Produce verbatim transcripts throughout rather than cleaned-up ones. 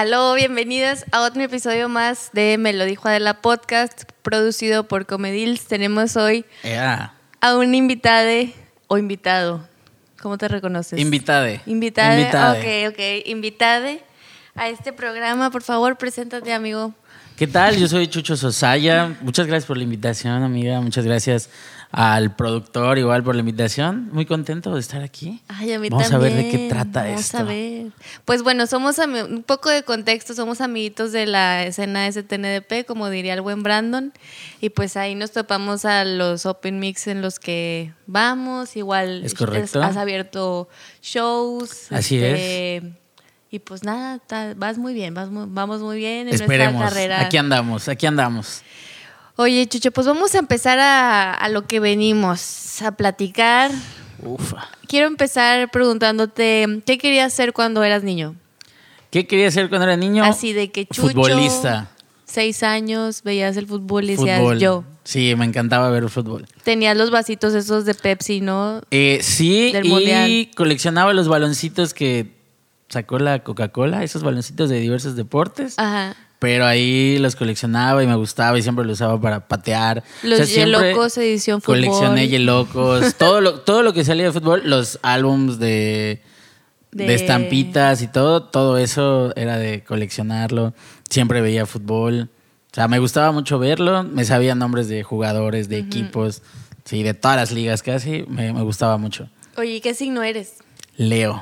Aló, bienvenidos a otro episodio más de Me lo dijo Adela Podcast, producido por Comedils. Tenemos hoy yeah. a un invitade o invitado. ¿Cómo te reconoces? Invitade. Invitade. Invitade. Ok, ok. Invitade a este programa. Por favor, preséntate, amigo. ¿Qué tal? Yo soy Chucho Sosaya. Muchas gracias por la invitación, amiga. Muchas gracias al productor igual por la invitación. Muy contento de estar aquí. Ay, a mí Vamos también. a ver de qué trata Vamos esto. Vamos a ver. Pues bueno, somos ami- un poco de contexto. Somos amiguitos de la escena S T N D P, como diría el buen Brandon. Y pues ahí nos topamos a los open mix en los que vamos. Igual Es correcto. has abierto shows. Así este, es. Y pues nada, ta, vas muy bien, vas muy, vamos muy bien en Esperemos. nuestra carrera. Aquí andamos, aquí andamos. Oye, Chucho, pues vamos a empezar a, a lo que venimos, a platicar. Ufa. Quiero empezar preguntándote, ¿qué querías ser cuando eras niño? ¿Qué quería hacer cuando era niño? Así de que Chucho, futbolista. Seis años, veías el fútbol y decías Fútbol. yo. Sí, me encantaba ver el fútbol. Tenías los vasitos esos de Pepsi, ¿no? Eh, sí, Del y mundial. coleccionaba los baloncitos que sacó la Coca-Cola, esos baloncitos de diversos deportes. Ajá. Pero ahí los coleccionaba y me gustaba y siempre los usaba para patear. Los O sea, siempre Yelocos edición fútbol. coleccioné Yelocos, todo lo, todo lo que salía de fútbol, los álbums de, de... De- estampitas y todo, todo eso era de coleccionarlo. Siempre veía fútbol. O sea, me gustaba mucho verlo. Me sabía nombres de jugadores, de uh-huh. equipos, sí, de todas las ligas casi. Me, me gustaba mucho. Oye, ¿qué signo eres? Leo.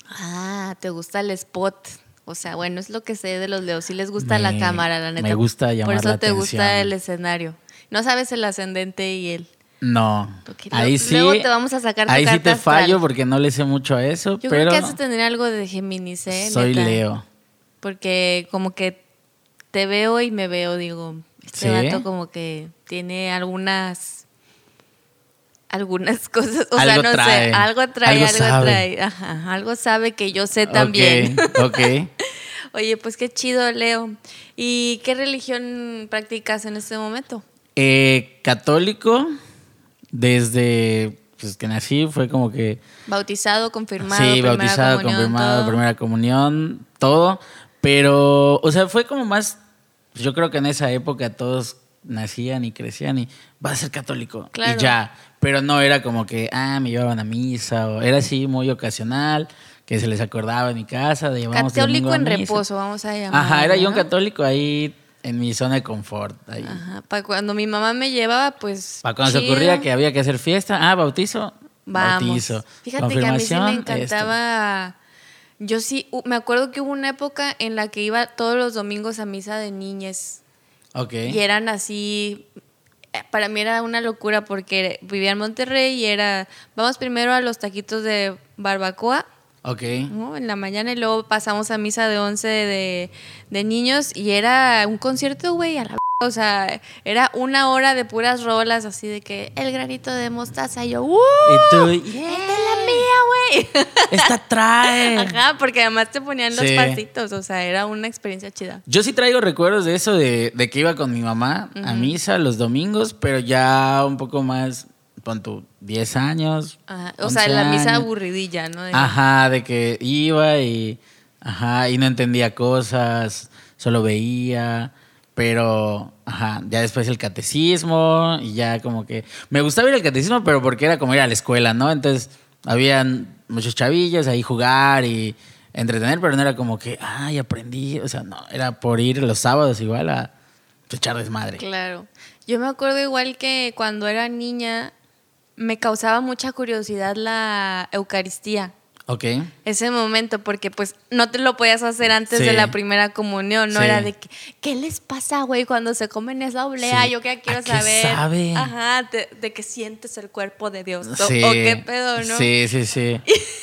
Ah, te gusta el spot. O sea, bueno, es lo que sé de los leos. Sí les gusta Me- la cámara, la neta. me gusta llamar Por eso la te atención. gusta el escenario. No sabes el ascendente y el... No, Ok, ahí lo- sí. luego te vamos a sacar tu Ahí sí carta te astral. fallo porque no le sé mucho a eso, Yo pero creo que has de tener algo de Géminis, ¿eh? soy Neta. Leo. Porque como que te veo y me veo, digo, este ¿Sí? vato como que tiene algunas algunas cosas, o Algo sea, no trae. sé, algo trae, Algo algo, sabe. trae, ajá, algo sabe que yo sé también. Ok, ok. Oye, pues qué chido, Leo. ¿Y qué religión practicas en este momento? Eh, católico, desde pues, que nací fue como que... Bautizado, confirmado, sí, primera bautizado, comunión, confirmado, todo. primera comunión, todo. Pero, o sea, fue como más... Yo creo que en esa época todos nacían y crecían y vas a ser católico. Claro. Y ya. Pero no era como que, ah, me llevaban a misa. O era así muy ocasional, que se les acordaba en mi casa. De llevamos Católico domingo a en misa. reposo, vamos a llamar. Ajá, era yo un ¿no? católico ahí en mi zona de confort. Ahí. Ajá, para cuando mi mamá me llevaba, pues Para cuando se chido. ocurría que había que hacer fiesta, ah, bautizo, Vamos. bautizo. Fíjate que a mí sí me Confirmación, encantaba. Yo sí, uh, me acuerdo que hubo una época en la que iba todos los domingos a misa de niñes. esto. Ok. Y eran así. eh, Para mí era una locura porque vivía en Monterrey y era. Vamos primero a los taquitos de barbacoa, Ok. ¿no? En la mañana y luego pasamos a misa de once de, de niños y era un concierto, güey, a la. O sea, era una hora de puras rolas así de que el granito de mostaza y yo, ¡uh! Y tú, ¡Esta es la mía, güey! esta trae. Ajá, porque además te ponían los Sí. pasitos, o sea, era una experiencia chida. Yo sí traigo recuerdos de eso, de, de que iba con mi mamá a Ujú. misa los domingos, pero ya un poco más, pon tu diez años. Ajá, o once sea, la misa años. aburridilla, ¿no? De- Ajá, de que iba y, ajá, y no entendía cosas, solo veía, pero, ajá, ya después el catecismo y ya como que... Me gustaba ir al catecismo, pero porque era como ir a la escuela, ¿no? Entonces, habían muchos chavillos ahí jugar y entretener, pero no era como que, ay, aprendí, o sea, no, era por ir los sábados igual a echar desmadre. Claro. Yo me acuerdo igual que cuando era niña me causaba mucha curiosidad la Eucaristía. Ok. Ese momento, porque pues no te lo podías hacer antes Sí. de la primera comunión, no Sí. era de que, ¿qué les pasa, güey, cuando se comen esa oblea? Sí. Yo que quiero ¿A qué saber. sabe? Ajá, de, de que sientes el cuerpo de Dios. O- Sí. O qué pedo, ¿no? Sí, sí, sí.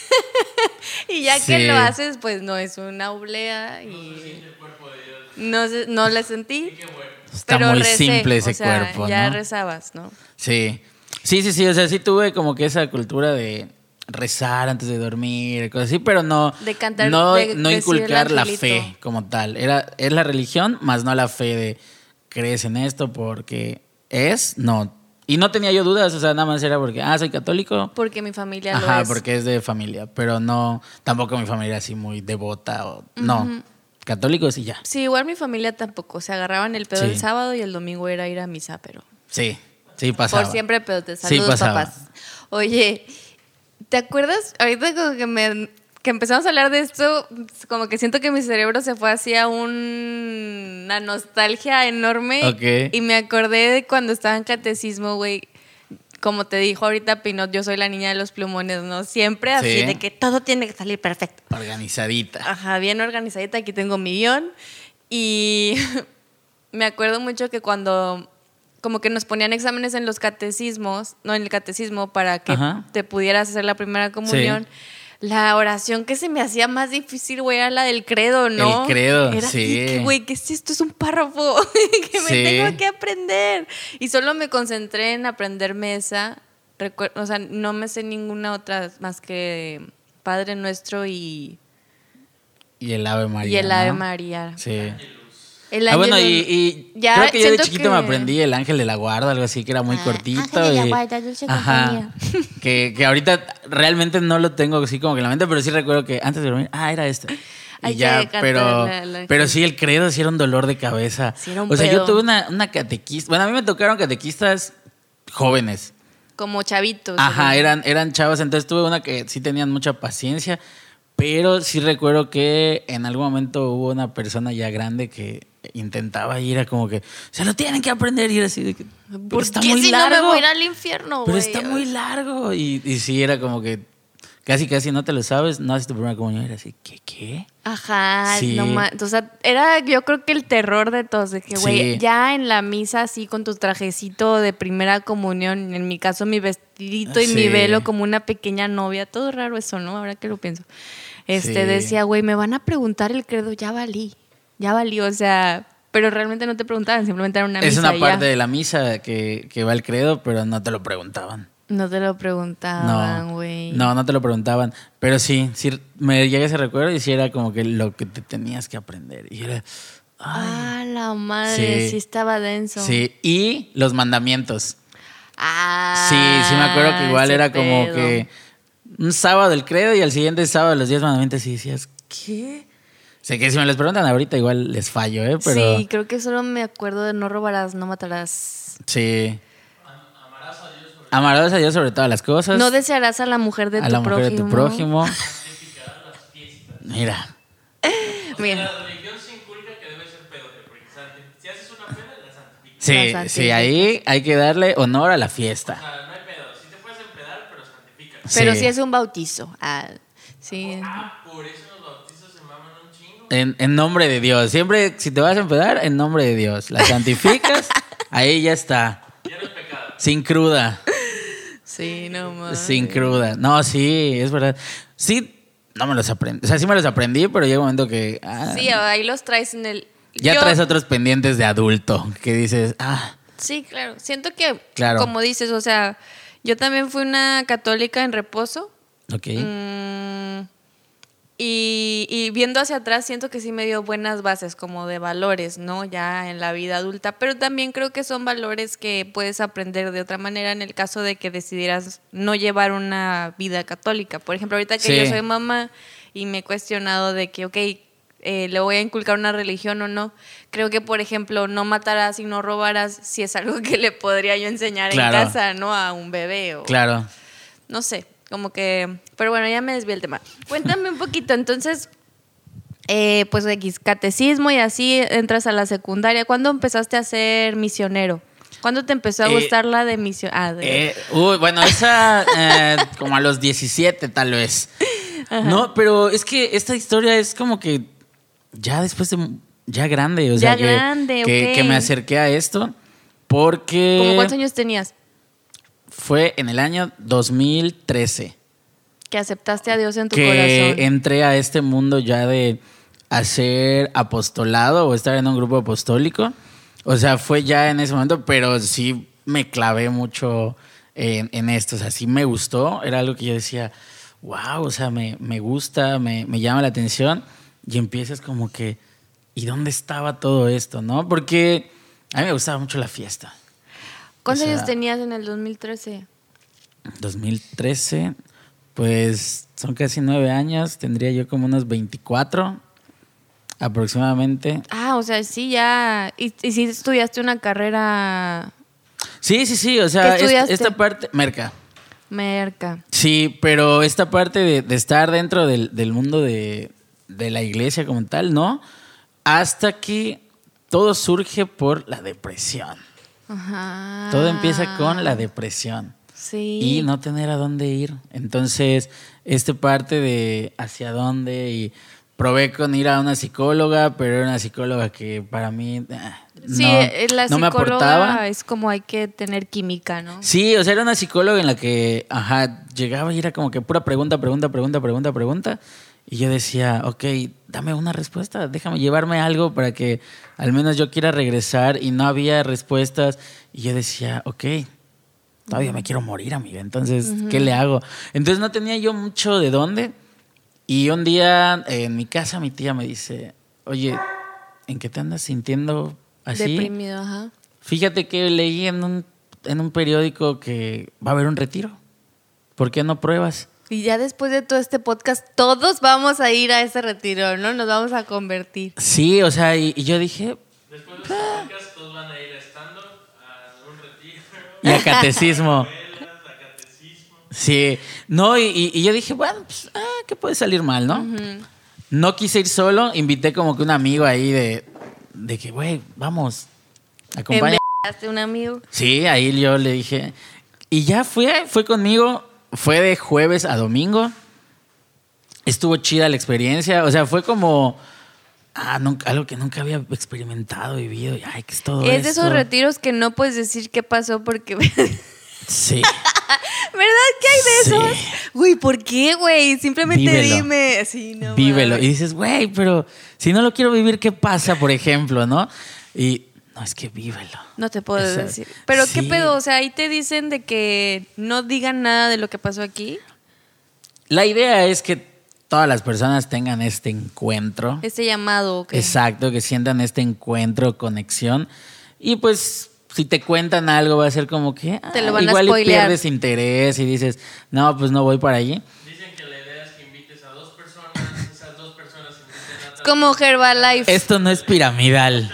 Y ya Sí. que lo haces, pues no es una oblea y no, se- no le sentí. Está pero muy recé, simple ese o sea, cuerpo, ya ¿no? rezabas, ¿no? Sí. Sí, sí, sí. O sea, sí tuve como que esa cultura de rezar antes de dormir, cosas así, pero no, De cantar, no, de no decir inculcar el la angelito. fe como tal. Era, es la religión, más no la fe de crees en esto porque es, no. Y no tenía yo dudas, o sea, nada más era porque, ah, soy católico. Porque mi familia Ajá, lo es. porque es de familia, pero no, tampoco mi familia así muy devota o, no. Ujú. católicos y ya. Sí, igual mi familia tampoco. Se agarraban el pedo Sí. el sábado y el domingo era ir a misa, pero... Sí, sí pasaba. Por siempre pedote. Sí Saludos, pasaba. papás. Oye, ¿te acuerdas? Ahorita como que me... que empezamos a hablar de esto, como que siento que mi cerebro se fue hacia un, una nostalgia enorme. Ok. Y me acordé de cuando estaba en catecismo, güey. Como te dijo ahorita Pinot, yo soy la niña de los plumones, ¿no? Siempre así, Sí. de que todo tiene que salir perfecto. Organizadita. Ajá, bien organizadita. Aquí tengo mi guión. Y me acuerdo mucho que cuando como que nos ponían exámenes en los catecismos, no en el catecismo, para que Ajá. te pudieras hacer la primera comunión. Sí. La oración que se me hacía más difícil, güey, era la del credo, ¿no? El credo, era sí. Así que, güey, ¿qué es esto? Es un párrafo que me Sí. tengo que aprender. Y solo me concentré en aprenderme esa. Recuer- o sea, no me sé ninguna otra más que Padre Nuestro y, Y el Ave María. y el Ave ¿no? María. Sí. El Ah, bueno, y, ángel- y Ya creo que yo de siento chiquito que- me aprendí el ángel de la guarda, algo así, que era muy Ah, cortito. ángel de la y- guarda, dulce Ajá. compañía. Que, que ahorita realmente no lo tengo así como que en la mente, pero sí recuerdo que antes de dormir, ah, era este. Y Hay que ya, cantarle pero, al ángel. pero sí, el credo sí era un dolor de cabeza. Sí, era un o sea, pedo. yo tuve una, una catequista. Bueno, a mí me tocaron catequistas jóvenes. Como chavitos. Ajá, ¿no? eran, eran chavas, entonces tuve una que sí tenían mucha paciencia, pero sí recuerdo que en algún momento hubo una persona ya grande que intentaba ir a como que se lo tienen que aprender y era así de que pero ¿Por está qué muy si largo. no me voy a ir al infierno, pero güey? está muy largo y, y sí era como que casi casi no te lo sabes, no haces tu primera comunión y era así, ¿qué qué? Ajá, Sí. no ma- o sea, era yo creo que el terror de todos, de que, güey, Sí. ya en la misa así con tu trajecito de primera comunión, en mi caso mi vestidito y mi Sí. velo como una pequeña novia, todo raro eso, ¿no? Ahora que lo pienso. Este, Sí. decía, güey, me van a preguntar el credo, ya valí, ya valí, o sea, pero realmente no te preguntaban, simplemente era una Es misa una y parte ya. de la misa que, que va el credo, pero no te lo preguntaban. No te lo preguntaban, No, güey. no, no te lo preguntaban. Pero sí, sí me llega ese recuerdo y sí era como que lo que te tenías que aprender. Y era. Ay. Ah, la madre, sí, Sí. estaba denso. Sí, y los mandamientos. Ah, Sí, sí me acuerdo que igual ese era como pedo. que un sábado el credo y al siguiente sábado los diez mandamientos y decías, ¿qué? Sé que si me los preguntan ahorita igual les fallo, ¿eh? Pero Sí, creo que solo me acuerdo de no robarás, no matarás. sí. Amarás a Dios sobre todas las cosas. No desearás a la mujer de a tu la mujer prójimo. de tu prójimo. Mira. Mira, La religión se inculca que debe ser pedote, porque santi- si haces una peda, la santificas. Sí, La sí, santificas. ahí hay que darle honor a la fiesta. O sea, no hay pedo. Si te puedes empedar, pero santificas. pero Sí. si es un bautizo. Ah, sí. Ah, por eso los bautizos se maman un chingo. En, en nombre de Dios. Siempre, si te vas a empedar, en nombre de Dios. La santificas, ahí ya está. Ya no es pecado. Sin cruda. Sí, no más. Sin cruda. No, sí, es verdad. Sí, no me los aprendí. O sea, sí me los aprendí, pero llega un momento que. ah, Sí, ahí los traes en el. ya yo- traes otros pendientes de adulto. Que dices, ah, Sí, claro. Siento que, Claro. como dices, o sea, yo también fui una católica en reposo. ok. Mm, y, y viendo hacia atrás siento que sí me dio buenas bases como de valores, ¿no? Ya en la vida adulta, pero también creo que son valores que puedes aprender de otra manera en el caso de que decidieras no llevar una vida católica. Por ejemplo, ahorita que Sí. yo soy mamá y me he cuestionado de que, ok, eh, le voy a inculcar una religión o no, creo que, por ejemplo, no matarás y no robarás si es algo que le podría yo enseñar Claro. en casa, ¿no? A un bebé o Claro. no sé, como que... Pero bueno, ya me desvié el tema. Cuéntame un poquito, entonces, eh, pues X, catecismo y así entras a la secundaria. ¿Cuándo empezaste a ser misionero? ¿Cuándo te empezó a Eh, gustar la de misión? Ah, de... Eh, uy, bueno, esa eh, como a los diecisiete tal vez. No, pero es que esta historia es como que ya después de ya grande, o sea, Ya que, grande, que, ok. que me acerqué a esto porque ¿Cómo cuántos años tenías fue en el año dos mil trece que aceptaste a Dios en tu que corazón? entré a este mundo ya de hacer apostolado o estar en un grupo apostólico. O sea, fue ya en ese momento, pero sí me clavé mucho en, en esto. O sea, sí me gustó. Era algo que yo decía, wow, o sea, me, me gusta, me, me llama la atención. Y empiezas como que, ¿y dónde estaba todo esto, no? Porque a mí me gustaba mucho la fiesta. ¿Cuántos o sea, años tenías en el dos mil trece? dos mil trece, pues son casi nueve años. Tendría yo como unos veinticuatro. aproximadamente. Ah, o sea, sí, ya. ¿Y, y sí estudiaste una carrera Sí, sí, sí, o sea, ¿Qué esta, estudiaste? esta parte, merca. merca? Sí, pero esta parte de, de estar dentro del, del mundo de, de la iglesia como tal, ¿no? Hasta que todo surge por la depresión. Ajá. Todo empieza con la depresión. Sí. Y no tener a dónde ir. Entonces, esta parte de hacia dónde y probé con ir a una psicóloga, pero era una psicóloga que para mí eh, Sí, no, eh, la no me psicóloga aportaba. es como hay que tener química, ¿no? Sí, o sea, era una psicóloga en la que, ajá, llegaba y era como que pura pregunta, pregunta, pregunta, pregunta, pregunta. Y yo decía, ok, dame una respuesta, déjame llevarme algo para que al menos yo quiera regresar. Y no había respuestas. Y yo decía, ok, todavía me quiero morir, amiga. Entonces, ¿qué le hago? Entonces no tenía yo mucho de dónde. Y un día eh, en mi casa mi tía me dice, oye, ¿en qué te andas sintiendo así? Deprimido, ajá. Fíjate que leí en un, en un periódico que va a haber un retiro. ¿Por qué no pruebas? Y ya después de todo este podcast, todos vamos a ir a ese retiro, ¿no? Nos vamos a convertir. Sí, o sea, y, y yo dije, Después de este podcast, todos van a ir a stand-up, a un retiro, y a catecismo. novelas, a catecismo. Sí, no, y, y- y yo dije, bueno, pues, ah, ¿qué puede salir mal, no? No quise ir solo, invité como que un amigo ahí de, de que, güey, vamos, acompaña. Enviaste un amigo. Sí, ahí yo le dije, y ya fue, fue conmigo, fue de jueves a domingo, estuvo chida la experiencia, o sea, fue como, ah, nunca, algo que nunca había experimentado, vivido, y, ay, ¿qué es todo Es de esto? esos retiros que no puedes decir qué pasó porque... ¿Verdad Sí, que hay de Sí. esos? Güey, ¿por qué, güey? Simplemente Vívelo. dime. Así, no vívelo. mames. Y dices, güey, pero si no lo quiero vivir, ¿qué pasa, por ejemplo, no? Y, no, es que vívelo. No te puedo Esa- decir. Pero sí. qué pedo, o sea, ahí te dicen de que no digan nada de lo que pasó aquí. La idea es que todas las personas tengan este encuentro. Este llamado, ¿o qué? Exacto, que sientan este encuentro, conexión. Y pues, si te cuentan algo, va a ser como que Te lo ah, van a igual y spoilear. pierdes interés y dices, no, pues no voy para allí. Dicen que la idea es que invites a dos personas, esas dos personas inviten a Es otras como Herbalife. Esto no es piramidal.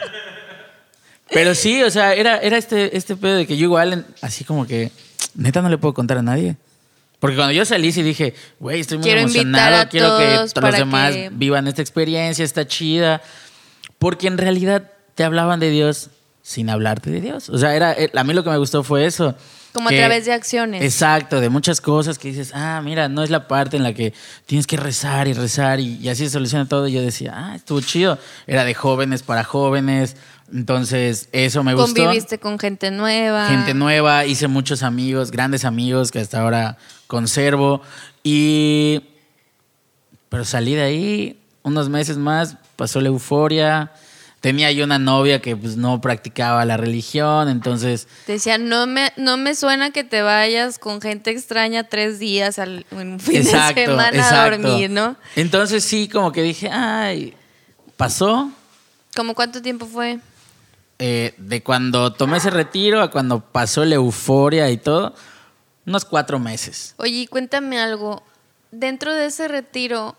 Pero sí, o sea, era, era este, este pedo de que yo igual, en- así como que, neta, no le puedo contar a nadie. Porque cuando yo salí sí dije, güey, estoy muy Quiero invitar emocionado, a quiero que todos todos los para demás que- vivan esta experiencia, está chida. Porque en realidad te hablaban de Dios sin hablarte de Dios. O sea, era, eh, a mí lo que me gustó fue eso. Como a que- través de acciones. Exacto, de muchas cosas que dices, ah, mira, no es la parte en la que tienes que rezar y rezar y, y así se soluciona todo. Y yo decía, ah, estuvo chido. Era de jóvenes para jóvenes. Entonces, eso me gustó. Conviviste con gente nueva. Gente nueva, hice muchos amigos, grandes amigos que hasta ahora conservo. Y. Pero salí de ahí, unos meses más, pasó la euforia. Tenía yo una novia que pues no practicaba la religión, entonces. Te decía, no me, no me suena que te vayas con gente extraña tres días al, en un fin Exacto, de semana a exacto. dormir, ¿no? Entonces sí, como que dije, ay, pasó. ¿Cómo cuánto tiempo fue? Eh, de cuando tomé ese retiro a cuando pasó la euforia y todo, unos cuatro meses. Oye, y cuéntame algo. Dentro de ese retiro,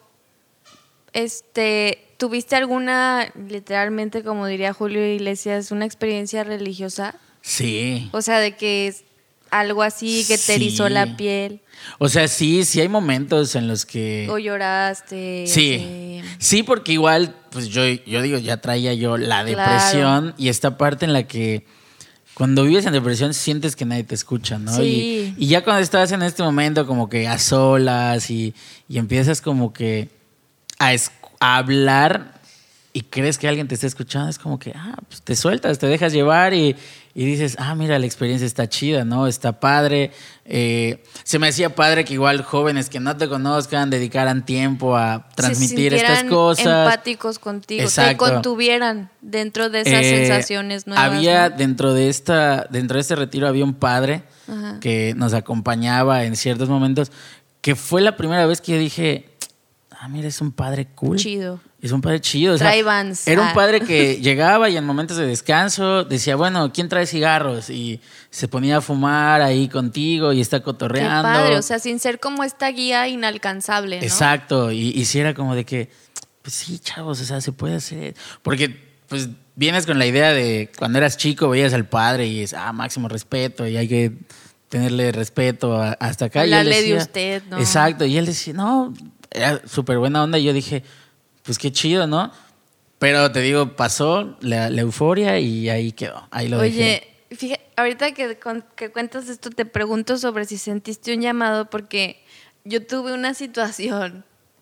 este, ¿tuviste alguna, literalmente, como diría Julio Iglesias, una experiencia religiosa? Sí. O sea, de que es algo así que te Sí. erizó la piel, O sea, sí, sí hay momentos en los que... o lloraste. Sí, así. sí, porque igual, pues yo, yo digo, ya traía yo la depresión y esta parte en la que cuando vives en depresión sientes que nadie te escucha, ¿no? Sí. Y, y ya cuando estás en este momento como que a solas y, y empiezas como que a, es- a hablar y crees que alguien te está escuchando, es como que, ah, pues te sueltas, te dejas llevar y, y dices, ah, mira, la experiencia está chida, ¿no? Está padre. Eh, se me hacía padre que igual jóvenes que no te conozcan dedicaran tiempo a transmitir Se estas sintieran cosas. empáticos contigo, Exacto. te contuvieran dentro de esas Eh, sensaciones nuevas. Había ¿no? dentro de esta, dentro de este retiro había un padre Ajá. que nos acompañaba en ciertos momentos, que fue la primera vez que yo dije, ah, mira, es un padre cool. Chido. Es un padre chido. o sea, Trae Vans. era un Ah. padre que llegaba y en momentos de descanso decía, bueno, ¿quién trae cigarros? Y se ponía a fumar ahí contigo y está Qué cotorreando. padre, o sea, sin ser como esta guía inalcanzable, ¿no? Exacto. Y, y sí era como de que, pues sí, chavos, o sea, se puede hacer. Porque, pues, vienes con la idea de cuando eras chico, veías al padre y es, ah, máximo respeto y hay que tenerle respeto a, hasta acá. Hablarle y él decía, de usted, ¿no? Exacto, y él decía, no, era súper buena onda y yo dije, pues qué chido, ¿no? Pero te digo, pasó la, la euforia y ahí quedó, ahí lo Oye, dejé. fíjate, ahorita que, con- que cuentas esto, te pregunto sobre si sentiste un llamado, porque yo tuve una situación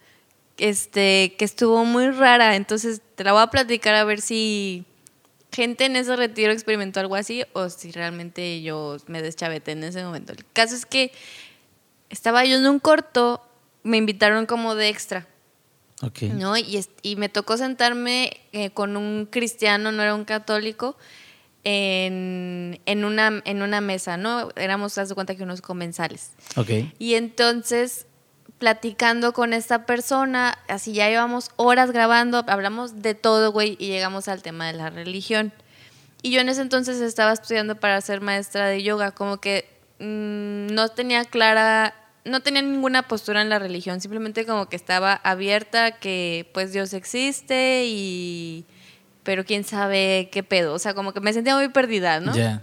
este, que estuvo muy rara, entonces te la voy a platicar a ver si gente en ese retiro experimentó algo así o si realmente yo me deschaveté en ese momento. El caso es que estaba yo en un corto, me invitaron como de extra. Ok. ¿No? Y, es- y me tocó sentarme eh, con un cristiano, no era un católico, en, en, una, en una mesa, ¿no? Éramos, haz de cuenta que unos comensales. Ok. Y entonces, platicando con esta persona, así ya llevamos horas grabando, hablamos de todo, güey, y llegamos al tema de la religión. Y yo en ese entonces estaba estudiando para ser maestra de yoga, como que mmm, no tenía clara, no tenía ninguna postura en la religión, simplemente como que estaba abierta que pues Dios existe y pero quién sabe qué pedo, o sea, como que me sentía muy perdida, ¿no? Ya.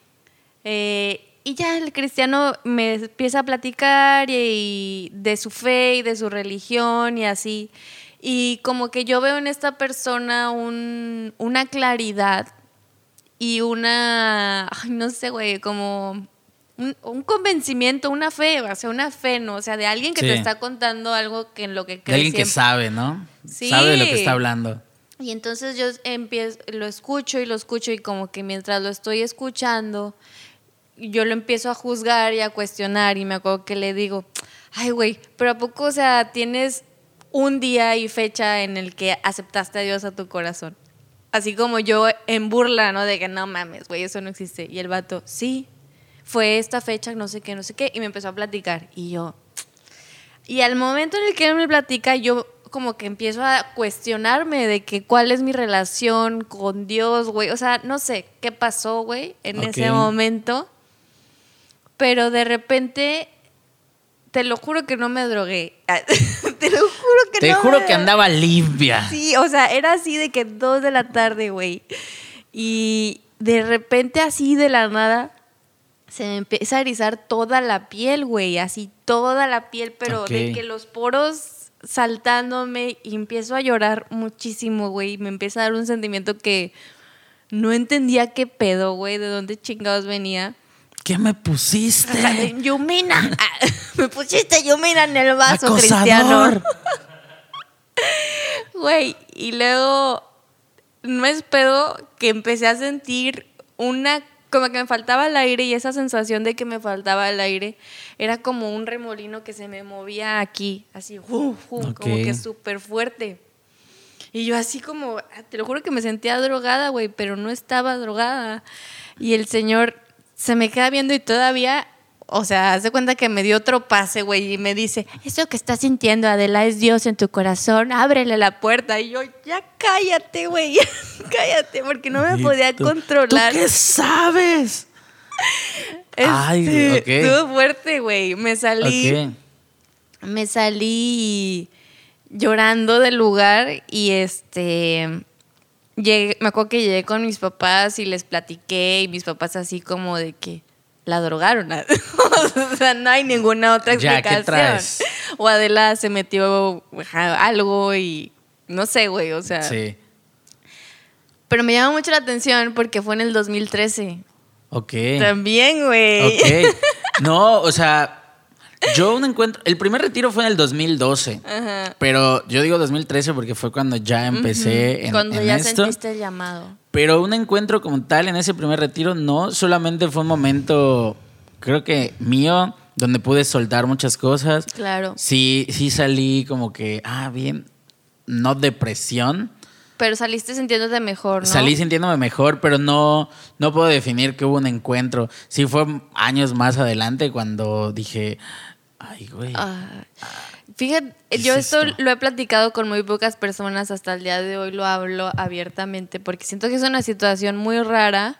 Eh, y ya el cristiano me empieza a platicar y, y de su fe y de su religión y así. Y como que yo veo en esta persona un, una claridad y una, ay, no sé, güey, como un, un convencimiento, una fe, o sea, una fe, ¿no? O sea, de alguien que Sí. te está contando algo que en lo que De cree alguien que siempre. sabe, ¿no? Sí. Sabe de lo que está hablando. Y entonces yo empiezo, lo escucho y lo escucho y como que mientras lo estoy escuchando, yo lo empiezo a juzgar y a cuestionar y me acuerdo que le digo, ay güey, pero ¿a poco, o sea, tienes un día y fecha en el que aceptaste a Dios a tu corazón? Así como yo en burla, ¿no? De que no mames, güey, eso no existe. Y el vato, sí, fue esta fecha, no sé qué, no sé qué, y me empezó a platicar y yo... Y al momento en el que él me platica, yo como que empiezo a cuestionarme de que cuál es mi relación con Dios, güey. O sea, no sé qué pasó, güey, en Ok. ese momento. Pero de repente, te lo juro que no me drogué. Te lo juro que Te no juro me- que andaba limpia. Sí, o sea, era así de que dos de la tarde, güey. Y de repente así de la nada se me empieza a erizar toda la piel, güey, así toda la piel, pero Ok. de que los poros saltándome y empiezo a llorar muchísimo, güey, y me empieza a dar un sentimiento que no entendía qué pedo, güey, de dónde chingados venía. ¿Qué me Ajá, pusiste? de Yumina. Ah, me pusiste Yumina en el vaso, Acosador. cristiano. Güey, y luego no es pedo que empecé a sentir una, como que me faltaba el aire y esa sensación de que me faltaba el aire era como un remolino que se me movía aquí, así, uh, uh, Ok. como que súper fuerte. Y yo así como, te lo juro que me sentía drogada, güey, pero no estaba drogada. Y el señor se me queda viendo y todavía, o sea, hace cuenta que me dio otro pase, güey, y me dice, eso que estás sintiendo, Adela, es Dios en tu corazón, ábrele la puerta. Y yo, ya cállate, güey, ya cállate, porque no me podía ¿Tú- controlar. ¿Tú qué sabes? Ay, Este, ok. estuvo fuerte, güey. Me salí, Ok. me salí llorando del lugar y este... Llegué, me acuerdo que llegué con mis papás y les platiqué y mis papás así como de que la drogaron. O sea, no hay ninguna otra Ya, ¿qué explicación. traes? O Adela se metió ajá, algo y no sé, güey, o sea. Sí. Pero me llama mucho la atención porque fue en el dos mil trece. Ok. También, güey. Ok. No, o sea, yo un encuentro. El primer retiro fue en el dos mil doce. Ajá. Pero yo digo dos mil trece porque fue cuando ya empecé en, Cuando en ya esto. sentiste el llamado. Pero un encuentro como tal en ese primer retiro, no. Solamente fue un momento, creo que mío, donde pude soltar muchas cosas. Claro. Sí, sí salí como que, ah, bien, no depresión. Pero saliste sintiéndote mejor, ¿no? Salí sintiéndome mejor, pero no, no puedo definir que hubo un encuentro. Sí fue años más adelante cuando dije, ay, güey. Ah, fíjate, ¿Qué yo es esto, esto? lo he platicado con muy pocas personas hasta el día de hoy, lo hablo abiertamente porque siento que es una situación muy rara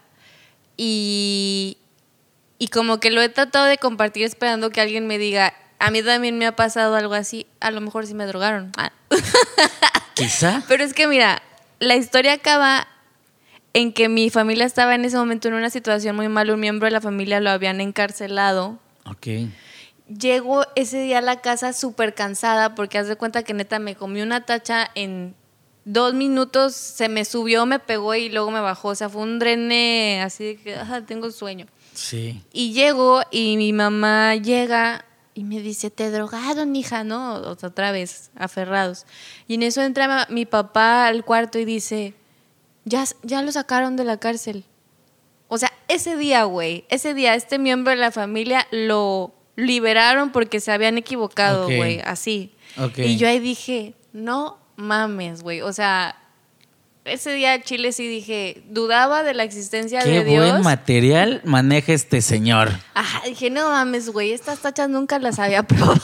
y, y como que lo he tratado de compartir esperando que alguien me diga, a mí también me ha pasado algo así, a lo mejor sí me drogaron. Ah. Quizá. Pero es que mira, la historia acaba en que mi familia estaba en ese momento en una situación muy mala. Un miembro de la familia lo habían encarcelado. Ok. Llego ese día a la casa súper cansada porque haz de cuenta que neta me comí una tacha en dos minutos, se me subió, me pegó y luego me bajó. O sea, fue un drene así de que ah, tengo sueño. Sí. Y llego y mi mamá llega y me dice, te drogaron, hija, ¿no? O sea, otra vez, aferrados. Y en eso entra mi papá al cuarto y dice, ya, ya lo sacaron de la cárcel. O sea, ese día, güey, ese día este miembro de la familia lo liberaron porque se habían equivocado, güey, Ok. así. Ok. Y yo ahí dije, no mames, güey. O sea, ese día Chile sí dije, dudaba de la existencia Qué de Dios. buen material maneja este señor. Ajá, dije, no mames, güey, estas tachas nunca las había probado.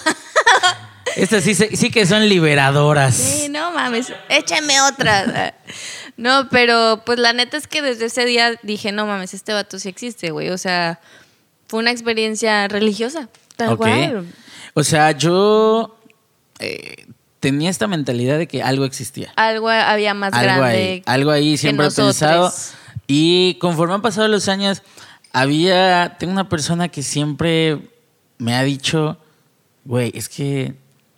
Estas sí, se- sí que son liberadoras. Sí, no mames, échame otra. No, pero pues la neta es que desde ese día dije, no mames, este vato sí existe, güey. O sea, fue una experiencia religiosa, tal Ok. cual. O sea, yo eh, tenía esta mentalidad de que algo existía. Algo había más Algo grande. ahí, algo ahí que siempre he nosotros. pensado. Y conforme han pasado los años, había, tengo una persona que siempre me ha dicho, güey, es que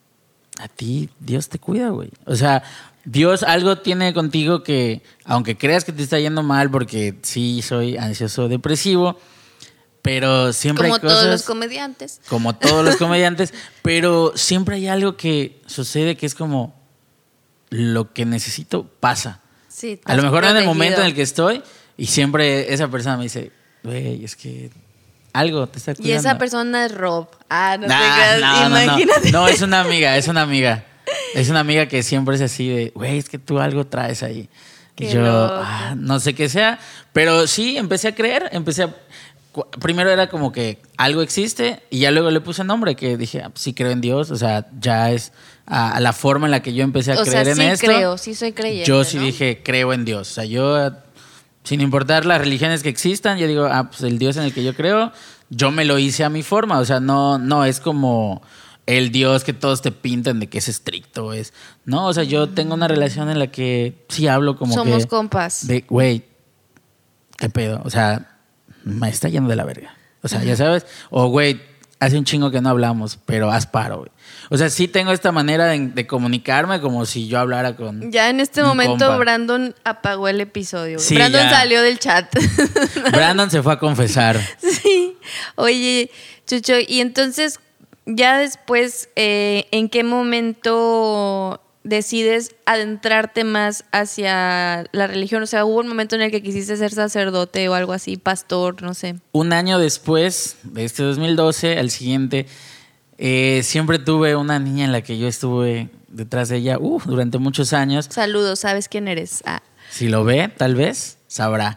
a ti Dios te cuida, güey. O sea, Dios algo tiene contigo que, aunque creas que te está yendo mal, porque sí soy ansioso depresivo, pero siempre Como hay cosas... todos los comediantes. Como todos los comediantes, pero siempre hay algo que sucede que es como lo que necesito pasa. Sí, A lo mejor no en el protegido. momento en el que estoy y siempre esa persona me dice, güey, es que algo te está Y cuidando. esa persona es Rob. Ah, no Nah, te creas, no, no, no. imagínate. No, es una amiga, es una amiga. Es una amiga que siempre es así de, güey, es que tú algo traes ahí. Qué Y yo, loco. ah, no sé qué sea, pero sí, empecé a creer, empecé a... cu- Primero era como que algo existe y ya luego le puse nombre, que dije, ah, pues sí creo en Dios, o sea, ya es a, a la forma en la que yo empecé a O sea, creer sí en esto. creo, sí soy creyente, Yo sí ¿no? dije, creo en Dios. O sea, yo, sin importar las religiones que existan, yo digo, ah, pues el Dios en el que yo creo, yo me lo hice a mi forma. O sea, no, no es como el Dios que todos te pintan de que es estricto. Es, no, o sea, yo tengo una relación en la que sí hablo como Somos que... compas. De, güey, ¿qué pedo? O sea, me está yendo de la verga. O sea, ya sabes. O, güey, hace un chingo que no hablamos, pero haz paro, güey. O sea, sí tengo esta manera de, de comunicarme como si yo hablara con... Ya en este un momento compa. Brandon apagó el episodio. Sí, Brandon ya. salió del chat. Brandon se fue a confesar. Sí. Oye, Chucho, y entonces ya después, eh, ¿en qué momento decides adentrarte más hacia la religión? O sea, ¿hubo un momento en el que quisiste ser sacerdote o algo así, pastor, no sé? Un año después de este dos mil doce, al siguiente, eh, siempre tuve una niña en la que yo estuve detrás de ella uh, durante muchos años. Saludos, ¿sabes quién eres? Ah. Si lo ve, tal vez, sabrá.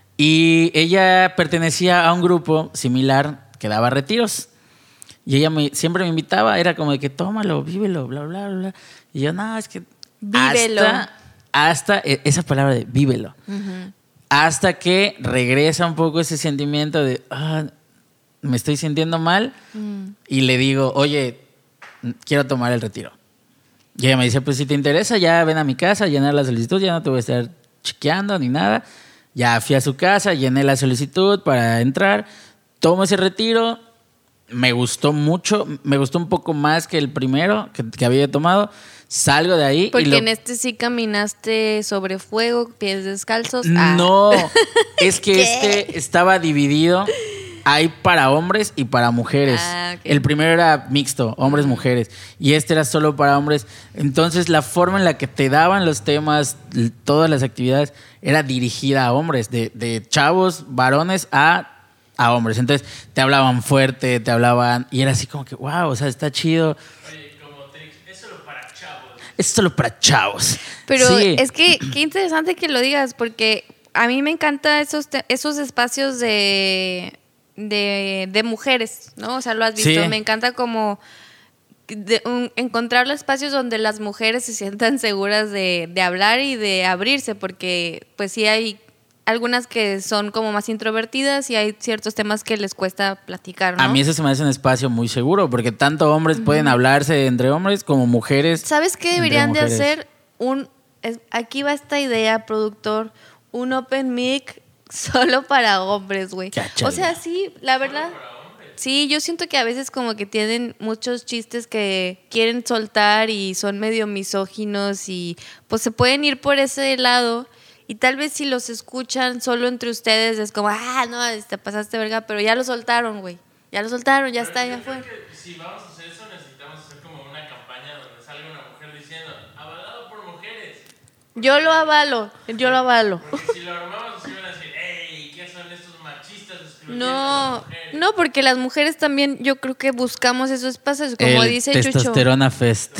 Y ella pertenecía a un grupo similar que daba retiros. Y ella me, siempre me invitaba, era como de que tómalo, vívelo, bla, bla, bla. Y yo, no, es que... Vívelo. Hasta, hasta esa palabra de vívelo. Uh-huh. Hasta que regresa un poco ese sentimiento de, ah, me estoy sintiendo mal. Mm. Y le digo, oye, quiero tomar el retiro. Y ella me dice, pues si te interesa, ya ven a mi casa, llenar la solicitud, ya no te voy a estar chequeando ni nada. Ya fui a su casa, llené la solicitud para entrar, tomo ese retiro, me gustó mucho, me gustó un poco más que el primero que, que había tomado. Salgo de ahí. Porque y lo... en este sí caminaste sobre fuego, pies descalzos. Ah. No, es que este estaba dividido. Hay para hombres y para mujeres. Ah, ok. El primero era mixto, hombres, mujeres. Y este era solo para hombres. Entonces, la forma en la que te daban los temas, l- todas las actividades, era dirigida a hombres, de, de chavos, varones a, a hombres. Entonces, te hablaban fuerte, te hablaban. Y era así como que, wow, o sea, está chido. Oye, como Trix, es solo para chavos. Es solo para chavos. Pero Sí. es que qué interesante que lo digas, porque a mí me encantan esos, te- esos espacios de, de, de mujeres, ¿no? O sea, lo has visto. Sí. Me encanta como de- un- encontrar los espacios donde las mujeres se sientan seguras de, de hablar y de abrirse, porque pues sí hay algunas que son como más introvertidas y hay ciertos temas que les cuesta platicar, ¿no? A mí eso se me hace un espacio muy seguro, porque tanto hombres pueden hablarse entre hombres como mujeres. ¿Sabes qué entre deberían de mujeres. hacer? un, es, aquí va esta idea, productor, un open mic solo para hombres, güey. O sea, sí, la verdad. Sí, yo siento que a veces como que tienen muchos chistes que quieren soltar y son medio misóginos y pues se pueden ir por ese lado y tal vez si los escuchan solo entre ustedes es como, ah, no, te pasaste verga, pero ya lo soltaron, güey. Ya lo soltaron, ya está, ya fue. Si vamos a hacer eso necesitamos hacer como una campaña donde salga una mujer diciendo, avalado por mujeres. Yo lo avalo, yo lo avalo. Porque si lo armamos así van a decir, hey, ¿qué son estos machistas excluyendo a No, las mujeres? no, porque las mujeres también yo creo que buscamos esos espacios, como El dice Chucho. Testosterona Fest.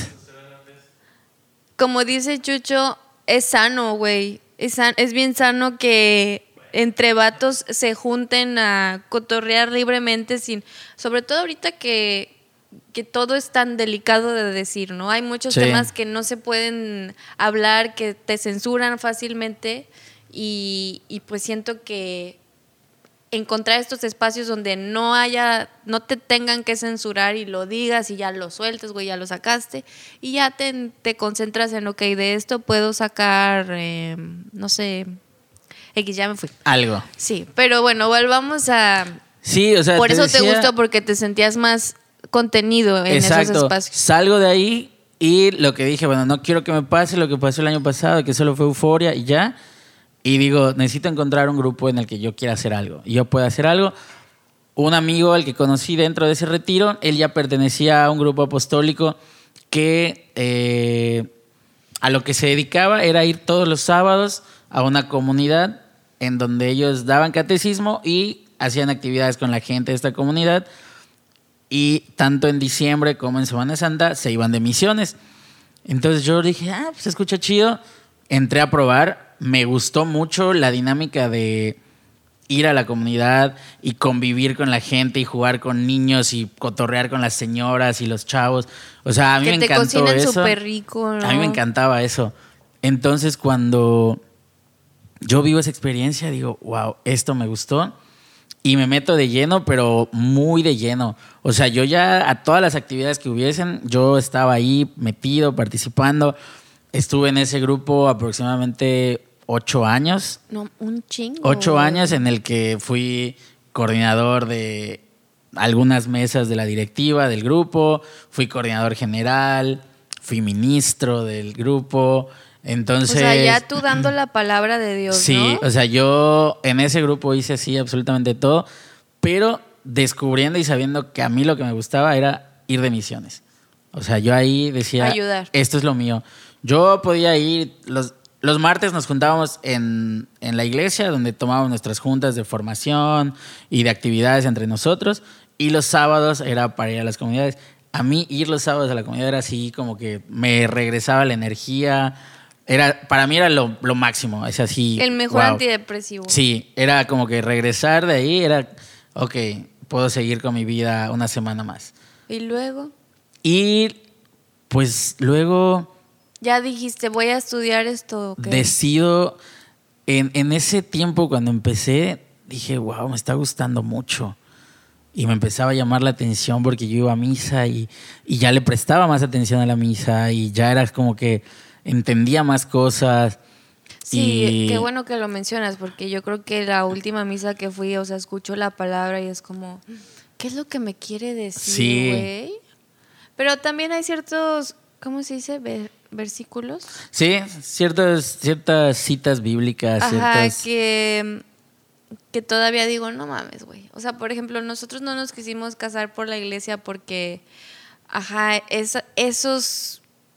Como dice Chucho, es sano, güey. Es, san- es bien sano que entre vatos se junten a cotorrear libremente sin... Sobre todo ahorita que, que todo es tan delicado de decir, ¿no? Hay muchos Sí. temas que no se pueden hablar, que te censuran fácilmente y, y pues siento que encontrar estos espacios donde no haya, no te tengan que censurar y lo digas y ya lo sueltes, güey, ya lo sacaste y ya te, te concentras en, ok, de esto puedo sacar, eh, no sé, X, ya me fui. Algo. Sí, pero bueno, volvamos a... Sí, o sea, Por te eso te decía- gustó, porque te sentías más contenido en Exacto. esos espacios. Salgo de ahí y lo que dije, bueno, no quiero que me pase lo que pasó el año pasado, que solo fue euforia y ya. Y digo, necesito encontrar un grupo en el que yo quiera hacer algo. Y yo pueda hacer algo. Un amigo al que conocí dentro de ese retiro, él ya pertenecía a un grupo apostólico que eh, a lo que se dedicaba era ir todos los sábados a una comunidad en donde ellos daban catecismo y hacían actividades con la gente de esta comunidad. Y tanto en diciembre como en Semana Santa se iban de misiones. Entonces yo dije, ah, pues se escucha chido. Entré a probar. Me gustó mucho la dinámica de ir a la comunidad y convivir con la gente y jugar con niños y cotorrear con las señoras y los chavos. O sea, a mí Que me te encantó cocinen eso. súper rico, ¿no? A mí me encantaba eso. Entonces cuando yo vivo esa experiencia, digo, wow, esto me gustó. Y me meto de lleno, pero muy de lleno. O sea, yo ya a todas las actividades que hubiesen, yo estaba ahí metido, participando. Estuve en ese grupo aproximadamente ocho años. No, un chingo. Ocho años en el que fui coordinador de algunas mesas de la directiva del grupo, fui coordinador general, fui ministro del grupo. Entonces, O sea, ya tú dando la palabra de Dios, sí, ¿no? o sea, yo en ese grupo hice así absolutamente todo, pero descubriendo y sabiendo que a mí lo que me gustaba era ir de misiones. O sea, yo ahí decía, Ayudar. esto es lo mío. Yo podía ir, los, los martes nos juntábamos en, en la iglesia, donde tomábamos nuestras juntas de formación y de actividades entre nosotros, y los sábados era para ir a las comunidades. A mí ir los sábados a la comunidad era así como que me regresaba la energía. Era, para mí era lo, lo máximo, es así. El mejor wow. antidepresivo. Sí, era como que regresar de ahí era, ok, puedo seguir con mi vida una semana más. Y luego, Y pues luego ya dijiste, voy a estudiar esto. ¿ok? decido, en, en ese tiempo cuando empecé, dije, wow, me está gustando mucho. Y me empezaba a llamar la atención porque yo iba a misa y, y ya le prestaba más atención a la misa y ya era como que entendía más cosas. Sí, y... qué bueno que lo mencionas, porque yo creo que la última misa que fui, o sea, escucho la palabra y es como, ¿qué es lo que me quiere decir, Sí. güey? Pero también hay ciertos, ¿cómo se dice? Ver- versículos. Sí, ciertas, ciertas citas bíblicas, Ajá, ciertas... que, que todavía digo, no mames, güey. O sea, por ejemplo, nosotros no nos quisimos casar por la iglesia porque, ajá, es- esos...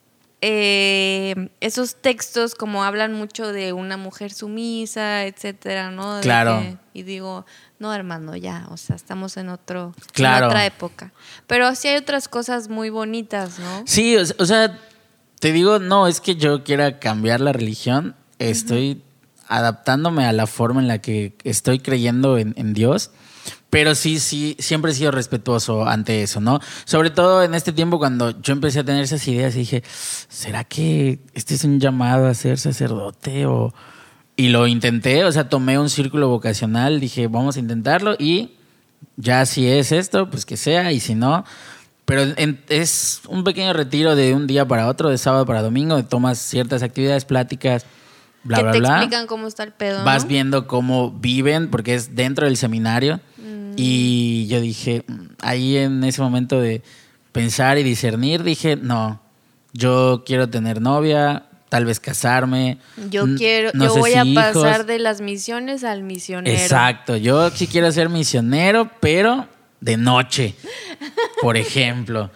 Eh, esos textos como hablan mucho de una mujer sumisa, etcétera, ¿no? De Claro. que- y digo, no, hermano, ya, o sea, estamos en otro, Claro. en otra época. Pero sí hay otras cosas muy bonitas, ¿no? Sí, o, o sea, te digo, no es que yo quiera cambiar la religión, estoy adaptándome a la forma en la que estoy creyendo en, en Dios, pero sí, sí, siempre he sido respetuoso ante eso, ¿no? Sobre todo en este tiempo cuando yo empecé a tener esas ideas y dije, ¿será que este es un llamado a ser sacerdote? O... Y lo intenté, o sea, tomé un círculo vocacional, dije, vamos a intentarlo y ya si es esto, pues que sea, y si no... pero en- es un pequeño retiro de un día para otro, de sábado para domingo, tomas ciertas actividades, pláticas, bla, que bla, te bla. explican cómo está el pedo, Vas ¿no? viendo cómo viven, porque es dentro del seminario. Mm. Y yo dije, mm, ahí en ese momento de pensar y discernir, dije, no, yo quiero tener novia, tal vez casarme. Yo n- quiero, no yo sé voy si a hijos. pasar de las misiones al misionero. Exacto, yo sí quiero ser misionero, pero de noche, por ejemplo.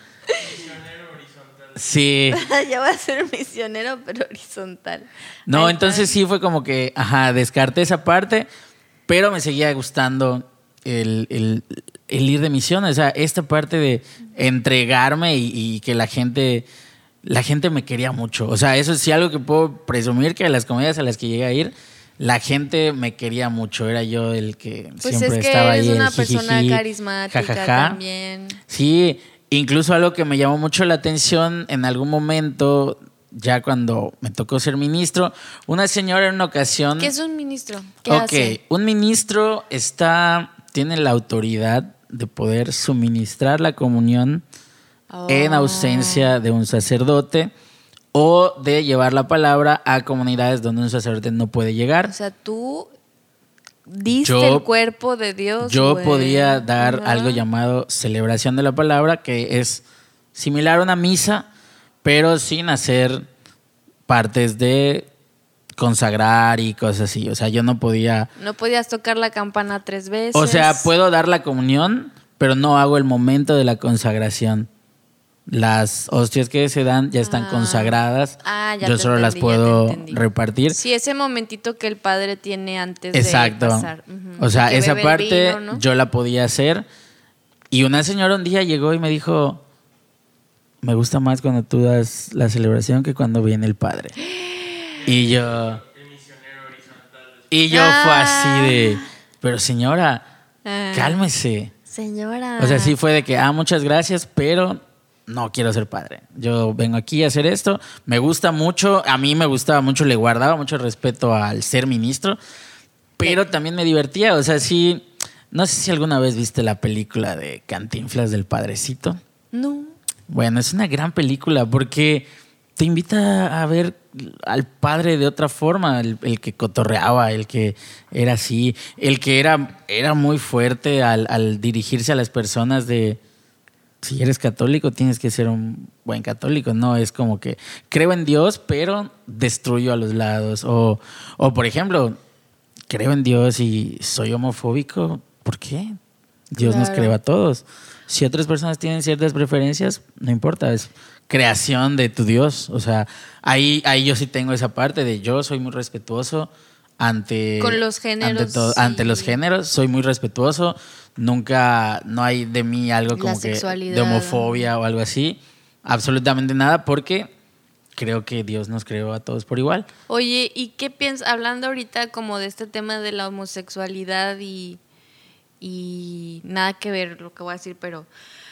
Sí. Ya va a ser misionero, pero horizontal. No, Ahí entonces está. sí fue como que, ajá, descarté esa parte, pero me seguía gustando el, el- el ir de misión, o sea, esta parte de entregarme y, y que la gente, la gente me quería mucho. O sea, eso sí algo que puedo presumir, que a las comedias a las que llegué a ir, la gente me quería mucho. Era yo el que Pues siempre es que estaba eres ahí. una el persona jijiji, carismática jajaja. también. Sí, incluso algo que me llamó mucho la atención en algún momento, ya cuando me tocó ser ministro, una señora en una ocasión... ¿Qué es un ministro? ¿Qué Ok, hace? un ministro está, tiene la autoridad de poder suministrar la comunión en Oh. ausencia de un sacerdote o de llevar la palabra a comunidades donde un sacerdote no puede llegar. O sea, tú diste Yo- el cuerpo de Dios. Yo güey. podía dar Ajá. algo llamado celebración de la palabra, que es similar a una misa, pero sin hacer partes de consagrar y cosas así. O sea, yo no podía... No podías tocar la campana tres veces. O sea, puedo dar la comunión, pero no hago el momento de la consagración. Las hostias que se dan ya están Ah. consagradas. Ah, ya yo te solo las entendí, ya te puedo entendí. repartir. Sí, ese momentito que el padre tiene antes Exacto. de pasar. Ujú. O sea, Que esa bebe el parte vino, ¿no? yo la podía hacer. Y una señora un día llegó y me dijo, me gusta más cuando tú das la celebración que cuando viene el padre. Y yo... Y yo fue así de, pero señora, Ah. cálmese. Señora. O sea, sí fue de que, ah, muchas gracias, pero no quiero ser padre. Yo vengo aquí a hacer esto. Me gusta mucho, a mí me gustaba mucho, le guardaba mucho respeto al ser ministro, pero también me divertía. O sea, sí, no sé si alguna vez viste la película de Cantinflas del Padrecito. No. Bueno, es una gran película porque te invita a ver al padre de otra forma, el, el que cotorreaba, el que era así, el que era, era muy fuerte al, al dirigirse a las personas de, si eres católico tienes que ser un buen católico, no es como que creo en Dios pero destruyo a los lados, o, o por ejemplo, creo en Dios y soy homofóbico, ¿por qué? Dios nos Claro. creó a todos. Si otras personas tienen ciertas preferencias, no importa, es creación de tu Dios. O sea, ahí, ahí yo sí tengo esa parte de yo soy muy respetuoso ante... Con los géneros, Ante, todo- sí. ante los géneros, soy muy respetuoso. Nunca, no hay de mí algo La como que sexualidad. de homofobia o algo así. Absolutamente nada, porque creo que Dios nos creó a todos por igual. Oye, ¿y qué piensas? Hablando ahorita como de este tema de la homosexualidad y, y nada que ver lo que voy a decir, pero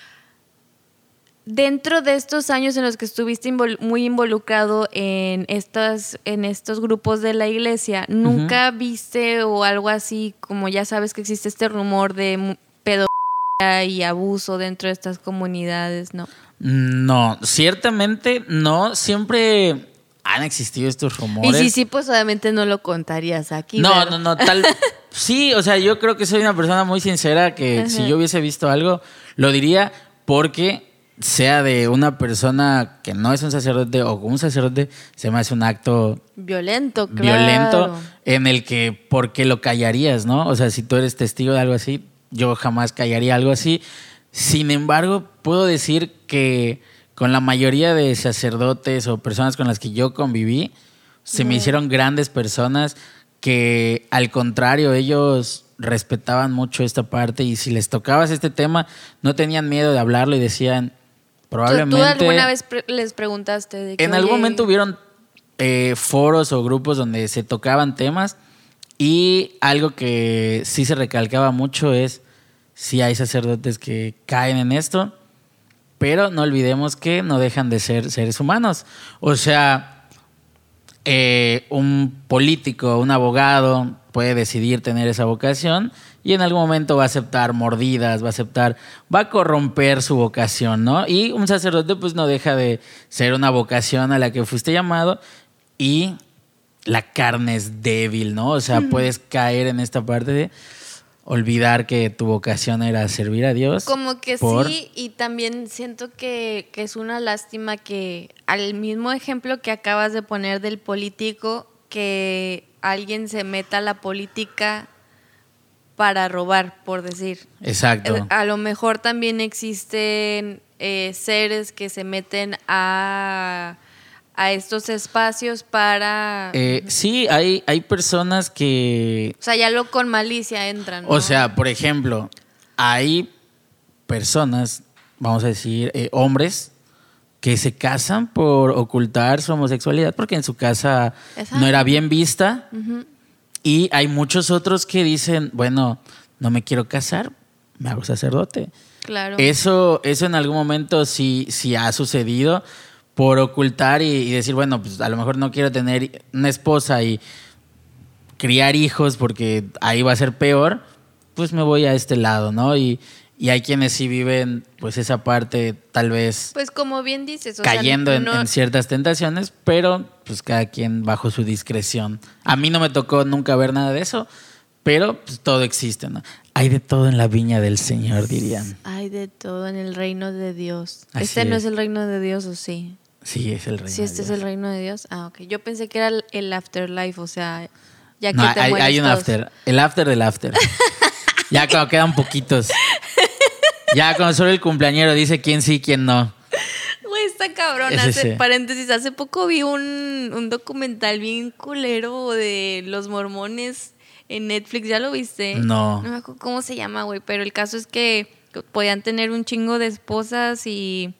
dentro de estos años en los que estuviste invol- muy involucrado en estas, en estos grupos de la iglesia, ¿nunca viste o algo así, como ya sabes que existe este rumor de mu- pedofilia y abuso dentro de estas comunidades, ¿no? No, ciertamente no. Siempre han existido estos rumores. Y si sí, pues obviamente no lo contarías aquí. No, ¿verdad? no, no, tal. Sí, o sea, yo creo que soy una persona muy sincera que Ajá. si yo hubiese visto algo, lo diría porque sea de una persona que no es un sacerdote o un sacerdote, se me hace un acto Violento, claro. violento en el que, ¿por qué lo callarías, no? O sea, si tú eres testigo de algo así, yo jamás callaría algo así. Sin embargo, puedo decir que con la mayoría de sacerdotes o personas con las que yo conviví, se me No. hicieron grandes personas que, al contrario, ellos respetaban mucho esta parte y si les tocabas este tema, no tenían miedo de hablarlo y decían, ¿Tú, probablemente... tú alguna vez pre- les preguntaste de que, En algún oye, momento hubieron eh, foros o grupos donde se tocaban temas y algo que sí se recalcaba mucho es si hay sacerdotes que caen en esto, pero no olvidemos que no dejan de ser seres humanos. O sea, eh, un político, un abogado puede decidir tener esa vocación y en algún momento va a aceptar mordidas, va a aceptar, va a corromper su vocación, ¿no? Y un sacerdote pues no deja de ser una vocación a la que fuiste llamado y la carne es débil, ¿no? O sea, uh-huh. puedes caer en esta parte de olvidar que tu vocación era servir a Dios. Como que por... sí, y también siento que, que es una lástima que al mismo ejemplo que acabas de poner del político, que alguien se meta a la política para robar, por decir. Exacto. A lo mejor también existen eh, seres que se meten a... a estos espacios para... Eh, sí, hay, hay personas que... O sea, ya lo con malicia entran, ¿no? O sea, por ejemplo, hay personas, vamos a decir, eh, hombres, que se casan por ocultar su homosexualidad porque en su casa Exacto. no era bien vista. Uh-huh. Y hay muchos otros que dicen, bueno, no me quiero casar, me hago sacerdote. Claro. Eso, eso en algún momento sí, sí ha sucedido por ocultar y, y decir, bueno, pues a lo mejor no quiero tener una esposa y criar hijos porque ahí va a ser peor, pues me voy a este lado, ¿no? Y, y hay quienes sí viven pues esa parte tal vez... Pues como bien dices, o cayendo sea, en, no... en ciertas tentaciones, pero pues cada quien bajo su discreción. A mí no me tocó nunca ver nada de eso, pero pues todo existe, ¿no? Hay de todo en la viña del Señor, dirían. Hay de todo en el reino de Dios. Así ¿Este no es. es el reino de Dios o sí? Sí, es el reino Sí, este de es Dios. el reino de Dios. Ah, ok. Yo pensé que era el, el afterlife, o sea, ya que No, te hay, mueres hay un todos. after. El after del after. Ya cuando quedan poquitos. Ya cuando solo el cumpleañero dice quién sí, quién no. Güey, está cabrón. Es Hace, ese. paréntesis, hace poco vi un, un documental bien culero de los mormones en Netflix. ¿Ya lo viste? No. No me acuerdo cómo se llama, güey, pero el caso es que podían tener un chingo de esposas y...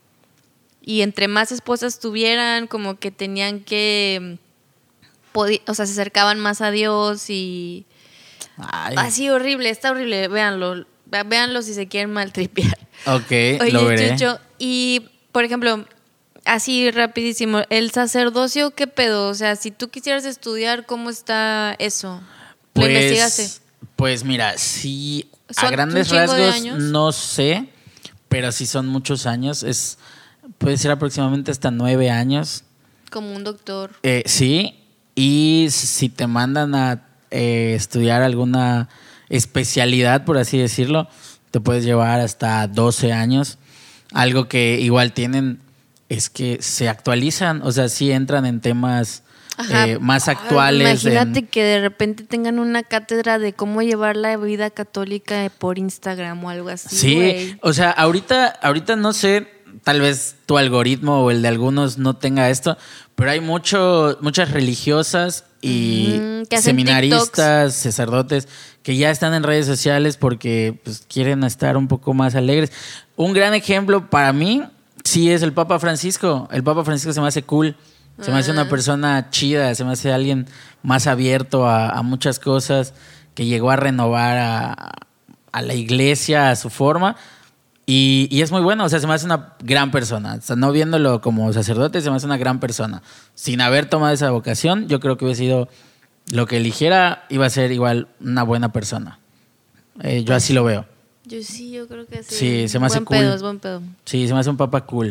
Y entre más esposas tuvieran, como que tenían que... Podi- o sea, se acercaban más a Dios y... Ay. Así horrible, está horrible. Véanlo. Ve- Véanlo si se quieren maltripear. Ok, Oye, lo veré. Chucho, y por ejemplo, así rapidísimo, el sacerdocio, ¿qué pedo? O sea, si tú quisieras estudiar, ¿cómo está eso? ¿Lo Pues, investigaste? Pues mira, sí, a ¿Son grandes un chingo de rasgos años? no sé, pero sí son muchos años. Es, puede ser aproximadamente hasta nueve años. Como un doctor. Eh, sí, y si te mandan a eh, estudiar alguna especialidad, por así decirlo, te puedes llevar hasta doce años. Algo que igual tienen es que se actualizan, o sea, sí entran en temas Ajá. eh, más Ay, actuales. imagínate en- que de repente tengan una cátedra de cómo llevar la vida católica por Instagram o algo así. Sí, güey. o sea, ahorita, ahorita no sé, tal vez tu algoritmo o el de algunos no tenga esto, pero hay mucho, muchas religiosas y Ujú, que hacen seminaristas, sacerdotes que ya están en redes sociales porque pues, quieren estar un poco más alegres. Un gran ejemplo para mí sí es el Papa Francisco. El Papa Francisco se me hace cool, se me hace una Ah. persona chida, se me hace alguien más abierto a, a muchas cosas, que llegó a renovar a, a la iglesia a su forma. Y, y es muy bueno, o sea, se me hace una gran persona. O sea, no viéndolo como sacerdote, se me hace una gran persona. Sin haber tomado esa vocación, yo creo que hubiera sido lo que eligiera, iba a ser igual una buena persona. Eh, yo así lo veo. Yo sí, yo creo que sí. Sí, se me hace buen cool. pedo, es buen pedo. Sí, se me hace un papa cool.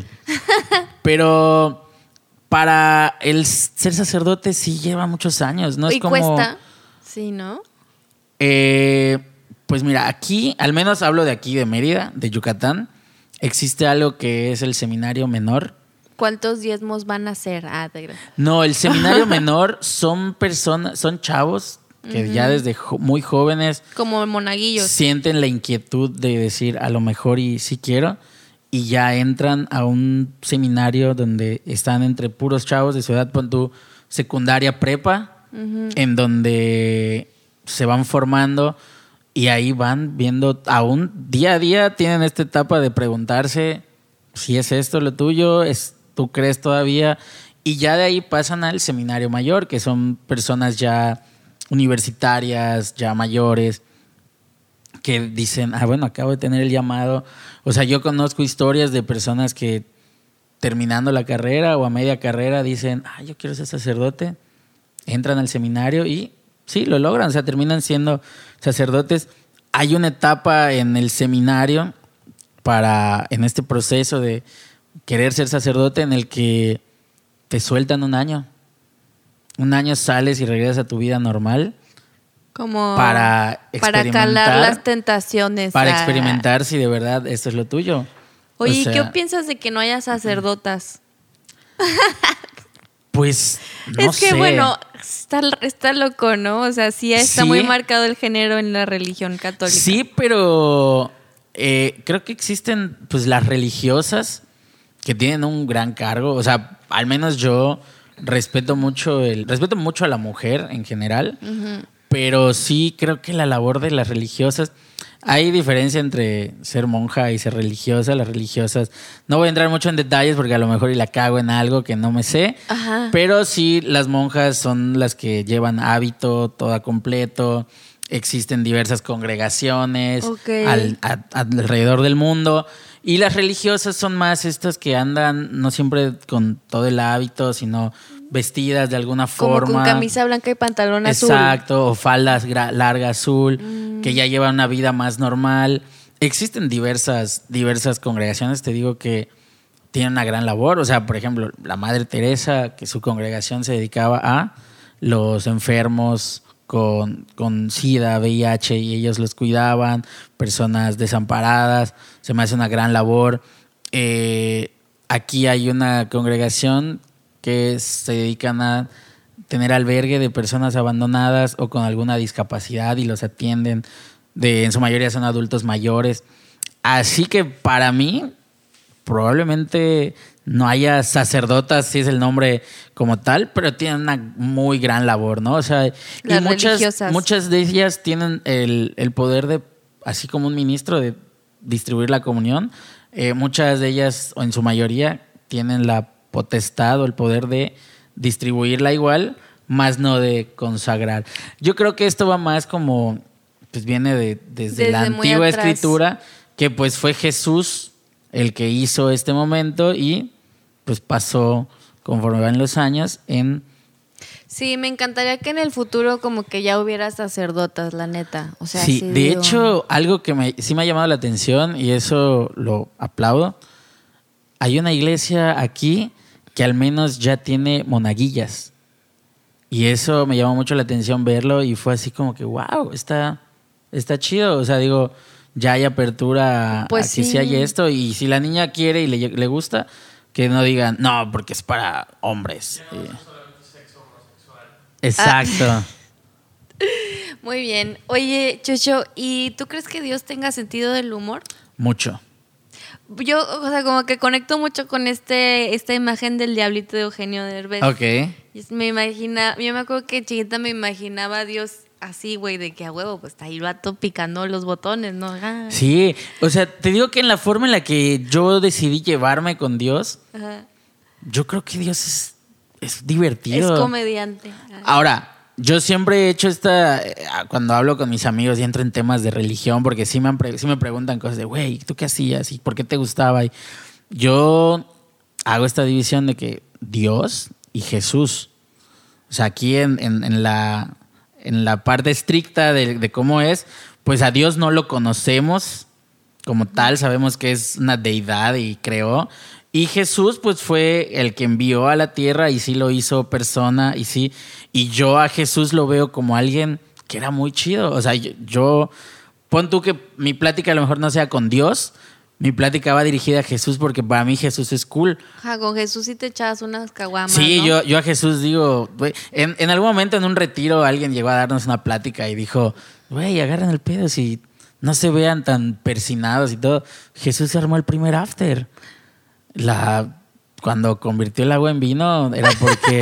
Pero para el ser sacerdote sí lleva muchos años, ¿no? Es ¿Y como, cuesta? Sí, ¿no? Eh, pues mira, aquí, al menos hablo de aquí, de Mérida, de Yucatán, existe algo que es el seminario menor. ¿Cuántos diezmos van a ser? Ah, te creo. No, el seminario menor son personas, son chavos que Ujú. ya desde jo- muy jóvenes Como monaguillos. sienten la inquietud de decir a lo mejor y sí quiero, y ya entran a un seminario donde están entre puros chavos de su edad, pon tu secundaria, prepa, Ujú. en donde se van formando y ahí van viendo, aún día a día tienen esta etapa de preguntarse si es esto lo tuyo, es, tú crees todavía, y ya de ahí pasan al seminario mayor, que son personas ya universitarias, ya mayores, que dicen, ah, bueno, acabo de tener el llamado. O sea, yo conozco historias de personas que terminando la carrera o a media carrera dicen, ah, yo quiero ser sacerdote, entran al seminario y sí, lo logran, o sea, terminan siendo sacerdotes. Hay una etapa en el seminario para, en este proceso de querer ser sacerdote en el que te sueltan un año. Un año sales y regresas a tu vida normal. Como para para calar las tentaciones. Para a... experimentar si de verdad esto es lo tuyo. Oye, o sea, ¿qué piensas de que no haya sacerdotas? Pues no es que sé. bueno, está, está loco, ¿no? O sea, sí está Sí. muy marcado el género en la religión católica. Sí, pero eh, creo que existen pues las religiosas que tienen un gran cargo. O sea, al menos yo respeto mucho el respeto mucho a la mujer en general. Uh-huh. Pero sí creo que la labor de las religiosas, hay diferencia entre ser monja y ser religiosa. Las religiosas, no voy a entrar mucho en detalles porque a lo mejor y la cago en algo que no me sé. Ajá. Pero sí, las monjas son las que llevan hábito, todo completo. Existen diversas congregaciones okay. al, a, alrededor del mundo. Y las religiosas son más estas que andan no siempre con todo el hábito, sino vestidas de alguna forma. Como con camisa blanca y pantalón Exacto, azul. Exacto, o faldas larga azul, mm. que ya llevan una vida más normal. Existen diversas, diversas congregaciones, te digo, que tienen una gran labor. O sea, por ejemplo, la Madre Teresa, que su congregación se dedicaba a los enfermos con, con SIDA, V I H, y ellos los cuidaban, personas desamparadas. Se me hace una gran labor. Eh, aquí hay una congregación que se dedican a tener albergue de personas abandonadas o con alguna discapacidad y los atienden. De, en su mayoría son adultos mayores. Así que para mí, probablemente no haya sacerdotas, si es el nombre como tal, pero tienen una muy gran labor, ¿no? O sea, las y muchas, religiosas. muchas de ellas tienen el, el poder de, así como un ministro, de distribuir la comunión. Eh, muchas de ellas, o en su mayoría, tienen la potestad o el poder de distribuirla igual, más no de consagrar. Yo creo que esto va más como, pues viene de, desde, desde la antigua escritura, que pues fue Jesús el que hizo este momento y pues pasó conforme van los años en... Sí, me encantaría que en el futuro como que ya hubiera sacerdotas, la neta. O sea, sí, sí, de digo... hecho, algo que me, sí me ha llamado la atención y eso lo aplaudo. Hay una iglesia aquí que al menos ya tiene monaguillas. Y eso me llamó mucho la atención verlo y fue así como que, wow, está, está chido. O sea, digo, ya hay apertura pues a que sí. sí hay esto. Y si la niña quiere y le, le gusta, que no digan, no, porque es para hombres. Ya no es solamente sexo homosexual. Exacto. Ah. Muy bien. Oye, Chucho, ¿y tú crees que Dios tenga sentido del humor? Mucho. Yo, o sea, como que conecto mucho con este esta imagen del diablito de Eugenio Derbez. Ok. Me imagina, yo me acuerdo que chiquita me imaginaba a Dios así, güey, de que a huevo, pues está ahí el vato picando los botones, ¿no? Ah. Sí, o sea, te digo que en la forma en la que yo decidí llevarme con Dios, Ajá. yo creo que Dios es, es divertido. Es comediante. Ajá. Ahora, yo siempre he hecho esta, cuando hablo con mis amigos y entro en temas de religión, porque sí me, han, sí me preguntan cosas de, güey, ¿tú qué hacías? ¿Y por qué te gustaba? Y yo hago esta división de que Dios y Jesús, o sea, aquí en, en, en, la, en la parte estricta de, de cómo es, pues a Dios no lo conocemos como tal, sabemos que es una deidad y creó. Y Jesús, pues, fue el que envió a la tierra y sí lo hizo persona y sí. Y yo a Jesús lo veo como alguien que era muy chido. O sea, yo, yo pon tú que mi plática a lo mejor no sea con Dios, mi plática va dirigida a Jesús porque para mí Jesús es cool. Ajá, con Jesús sí te echabas unas caguamas, Sí, ¿no? yo, yo a Jesús digo, güey, en, en algún momento en un retiro alguien llegó a darnos una plática y dijo, güey, agarren el pedo si no se vean tan persinados y todo. Jesús se armó el primer after. La, cuando convirtió el agua en vino era porque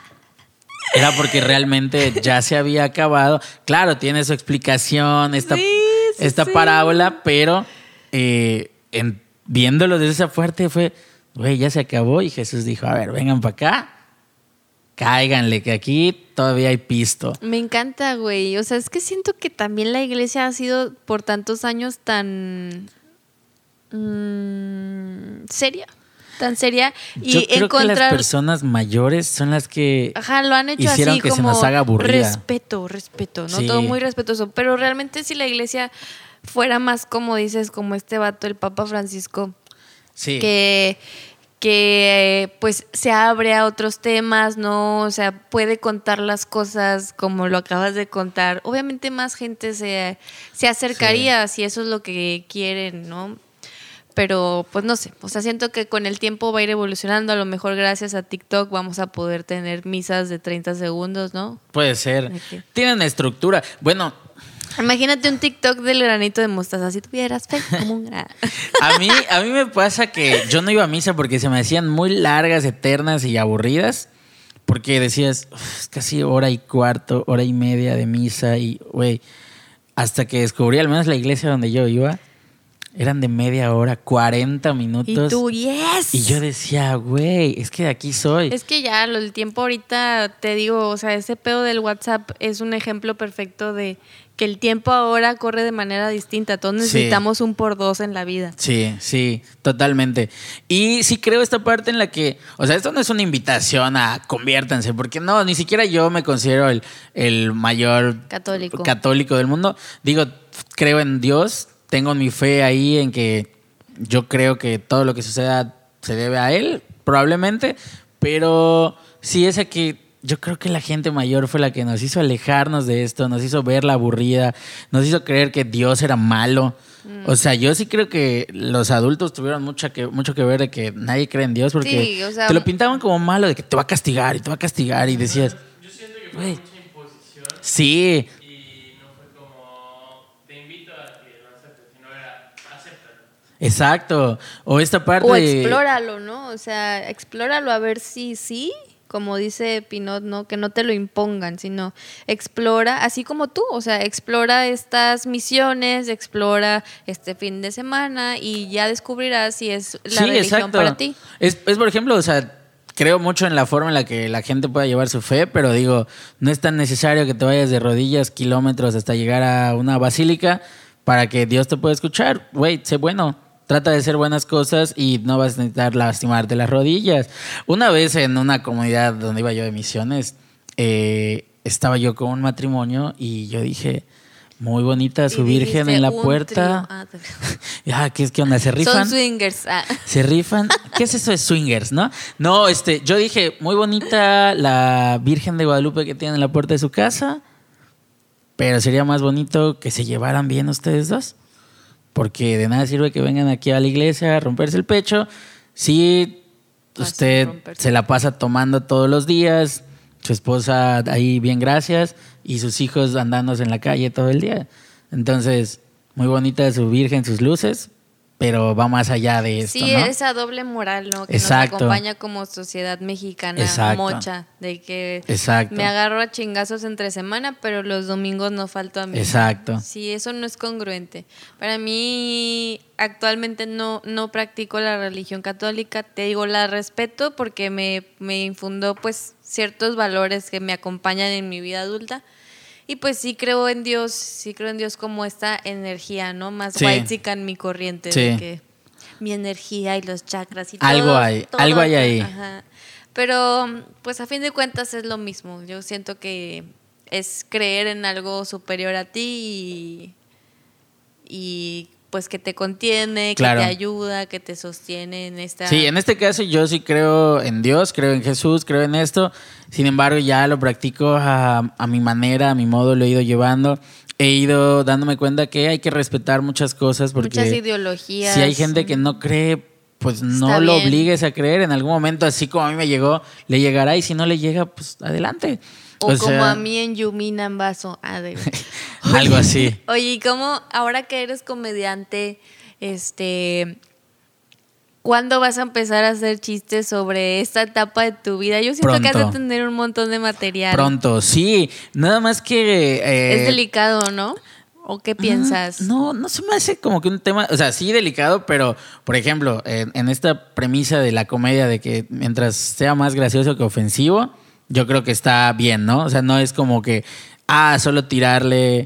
era porque realmente ya se había acabado. Claro, tiene su explicación esta, sí, sí, esta sí. parábola, pero eh, en, viéndolo desde esa fuerte fue, güey, ya se acabó y Jesús dijo, a ver, vengan para acá, cáiganle que aquí todavía hay pisto. Me encanta, güey. O sea, es que siento que también la iglesia ha sido por tantos años tan mmm, seria. tan seria y Yo creo encontrar... que las personas mayores son las que Ajá, lo han hecho hicieron así que como se nos haga aburrida. respeto, respeto, ¿no? Sí. Todo muy respetuoso. Pero realmente si la iglesia fuera más, como dices, como este vato, el Papa Francisco, Sí. que, que pues se abre a otros temas, ¿no? O sea, puede contar las cosas como lo acabas de contar. Obviamente más gente se, se acercaría si eso es lo que quieren, ¿no? Pero pues no sé, o sea, siento que con el tiempo va a ir evolucionando. A lo mejor gracias a TikTok vamos a poder tener misas de treinta segundos, ¿no? Puede ser. Ok. Tienen estructura. Bueno, Imagínate un TikTok del granito de mostaza, si tuvieras fe como un gran... a mí, a mí me pasa que yo no iba a misa porque se me hacían muy largas, eternas y aburridas. Porque decías, "Uf, es casi hora y cuarto, hora y media de misa". Y, güey, hasta que descubrí al menos la iglesia donde yo iba, eran de media hora, cuarenta Y minutos. tú, yes. Y yo decía, güey, es que de aquí soy. Es que ya lo, el tiempo ahorita, te digo, o sea, ese pedo del WhatsApp es un ejemplo perfecto de que el tiempo ahora corre de manera distinta. Todos Sí. necesitamos un por dos en la vida. Sí, sí, totalmente. Y sí creo esta parte en la que, o sea, esto no es una invitación a conviértanse, porque no, ni siquiera yo me considero el, el mayor Católico. católico del mundo. Digo, creo en Dios, tengo mi fe ahí en que yo creo que todo lo que suceda se debe a Él, probablemente, pero sí es a que yo creo que la gente mayor fue la que nos hizo alejarnos de esto, nos hizo verla aburrida, nos hizo creer que Dios era malo. O sea, yo sí creo que los adultos tuvieron mucha que, mucho que ver de que nadie cree en Dios porque Sí, o sea, te lo pintaban como malo, de que te va a castigar y te va a castigar y decías, Yo siento que fue güey, mucha imposición sí, y no fue como te invito a que lo aceptes, sino era acéptalo. exacto. O esta parte O de- explóralo, ¿no? O sea, explóralo a ver si sí, como dice Pinot, ¿no? Que no te lo impongan, sino explora, así como tú, o sea, explora estas misiones, explora este fin de semana y ya descubrirás si es la sí, religión exacto. para ti. Es, es, por ejemplo, o sea, creo mucho en la forma en la que la gente pueda llevar su fe, pero digo, no es tan necesario que te vayas de rodillas kilómetros hasta llegar a una basílica para que Dios te pueda escuchar. Güey, sé bueno. Trata de hacer buenas cosas y no vas a necesitar lastimarte las rodillas. Una vez en una comunidad donde iba yo de misiones, eh, estaba yo con un matrimonio y yo dije, muy bonita su Y virgen dijiste, en la "Un puerta". trío". Ah, te- Ah, ¿qué es que onda? ¿Se rifan? Son swingers. Ah. ¿Se rifan? ¿Qué es eso de swingers, no? No, este, yo dije, muy bonita la Virgen de Guadalupe que tiene en la puerta de su casa, pero sería más bonito que se llevaran bien ustedes dos. Porque de nada sirve que vengan aquí a la iglesia a romperse el pecho si Ah, usted sí, romperse. se la pasa tomando todos los días, su esposa ahí bien gracias y sus hijos andándose en la calle todo el día. Entonces, muy bonita su Virgen, sus luces, pero va más allá de esto, Sí, ¿no? esa doble moral, ¿no? Que Exacto. nos acompaña como sociedad mexicana Exacto. mocha, de que Exacto. me agarro a chingazos entre semana, pero los domingos no falto a mí. Exacto. Sí, eso no es congruente. Para mí, actualmente no, no practico la religión católica. Te digo, la respeto porque me, me infundó pues ciertos valores que me acompañan en mi vida adulta. Y pues sí creo en Dios, sí creo en Dios como esta energía, ¿no? Más Sí. white en mi corriente, Sí. de que mi energía y los chakras y Algo todo, hay, todo, algo hay ahí. Ajá. Pero pues a fin de cuentas es lo mismo. Yo siento que es creer en algo superior a ti y, y pues que te contiene, Claro. que te ayuda, que te sostiene en esta... Sí, en este caso yo sí creo en Dios, creo en Jesús, creo en esto. Sin embargo, ya lo practico a, a mi manera, a mi modo, lo he ido llevando. He ido dándome cuenta que hay que respetar muchas cosas porque muchas ideologías. si hay gente que no cree, pues no Está lo bien. obligues a creer. En algún momento, así como a mí me llegó, le llegará y si no le llega, pues adelante. O, O como sea, a mí en Yumina en vaso. Ah, de... algo así. Oye, ¿y cómo ahora que eres comediante, este, cuándo vas a empezar a hacer chistes sobre esta etapa de tu vida? Yo siento que has de Pronto. tener un montón de material. Pronto, sí. Nada más que... eh, Es delicado, ¿no? ¿O qué piensas? Mm, No, no se me hace como que un tema, o sea, sí delicado, pero, por ejemplo, en, en esta premisa de la comedia de que mientras sea más gracioso que ofensivo, yo creo que está bien, ¿no? O sea, no es como que, ah, solo tirarle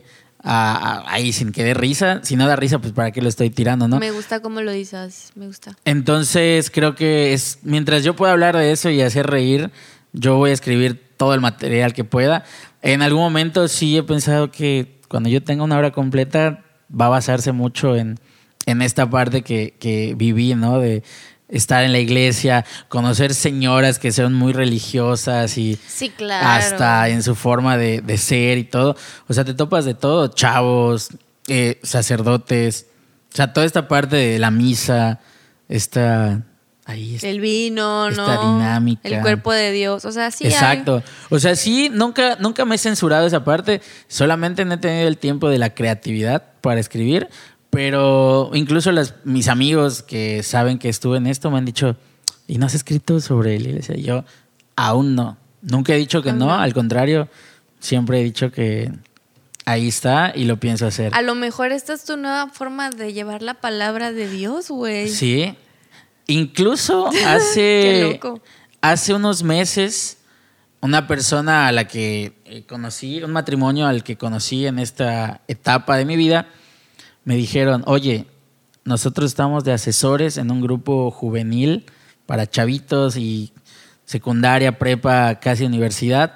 a- a- ahí sin que dé risa. Si no da risa, pues para qué lo estoy tirando, ¿no? Me gusta cómo lo dices, me gusta. Entonces creo que es mientras yo pueda hablar de eso y hacer reír, yo voy a escribir todo el material que pueda. En algún momento sí he pensado que cuando yo tenga una obra completa va a basarse mucho en, en esta parte que, que viví, ¿no? De estar en la iglesia, conocer señoras que son muy religiosas y Sí, claro. hasta en su forma de, de ser y todo. O sea, te topas de todo, chavos, eh, sacerdotes, o sea, toda esta parte de la misa, esta... Ahí está. El vino, esta ¿no? dinámica. El cuerpo de Dios. O sea, sí hay. Exacto. O sea, sí, nunca, nunca me he censurado esa parte. Solamente no he tenido el tiempo de la creatividad para escribir. Pero incluso las, mis amigos que saben que estuve en esto me han dicho, ¿y no has escrito sobre la iglesia? Y yo, aún no. Nunca he dicho que no. Al contrario, siempre he dicho que ahí está y lo pienso hacer. A lo mejor esta es tu nueva forma de llevar la palabra de Dios, güey. Sí. Incluso hace, Qué loco. hace unos meses, una persona a la que eh, conocí, un matrimonio al que conocí en esta etapa de mi vida, me dijeron, oye, nosotros estamos de asesores en un grupo juvenil para chavitos y secundaria, prepa, casi universidad,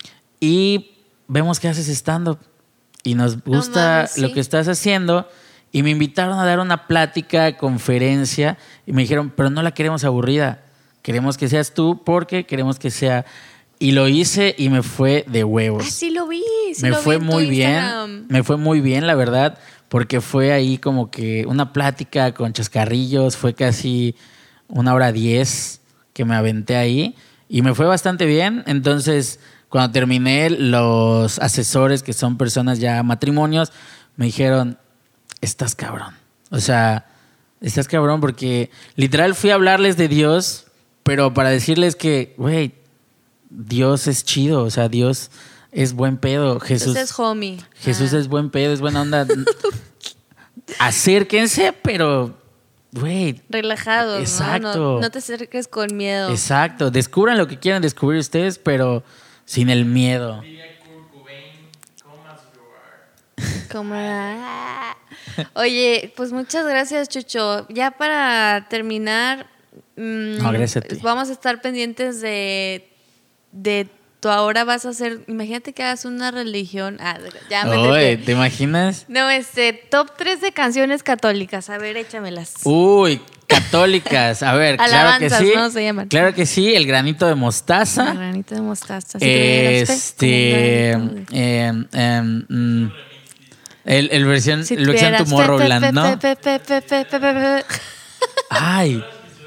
y vemos que haces stand-up y nos gusta mames, sí. lo que estás haciendo. Y me invitaron a dar una plática, conferencia, y me dijeron, pero no la queremos aburrida, queremos que seas tú porque queremos que sea... Y lo hice y me fue de huevos. Ah, sí lo vi. Sí me lo vi fue en tu muy bien, Instagram. me fue muy bien, la verdad, porque fue ahí como que una plática con chascarrillos, fue casi una hora diez que me aventé ahí y me fue bastante bien. Entonces, cuando terminé, los asesores, que son personas ya matrimonios, me dijeron, estás cabrón. O sea, estás cabrón porque literal fui a hablarles de Dios, pero para decirles que, güey, Dios es chido, o sea, Dios es buen pedo. Jesús Entonces es homie. Jesús Ah. es buen pedo, es buena onda. Acérquense, pero, güey, Relajados, Exacto. ¿no? No, no te acerques con miedo. exacto. Descubran lo que quieran descubrir ustedes, pero sin el miedo. Diría Kurt Cobain, come as you are. Como, ah. Oye, pues muchas gracias, Chucho. Ya para terminar, mm, No, gracias a ti. vamos a estar pendientes de, de tu ahora vas a hacer, imagínate que hagas una religión. Ah, ya me Oye, entendí. ¿te imaginas? No, este, top tres de canciones católicas. A ver, échamelas. Uy, católicas. A ver, claro que Alabanzas, sí. ¿no? Se llaman. Claro que sí, el granito de Un mostaza. granito de mostaza. Si tuvieras fe, Este. como un granito de- em, em, mm, el, el versión, Si el versión tuvieras fe, Tomorrowland, fe, ¿no? fe, fe, fe, fe, fe, fe, fe, fe. Ay.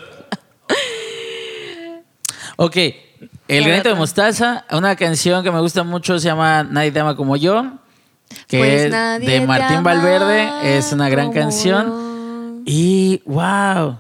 Ok, El Ya granito de otra. mostaza, una canción que me gusta mucho se llama Nadie te ama como yo, que Pues es nadie de te Martín ama Valverde, es una gran como canción. yo. Y wow,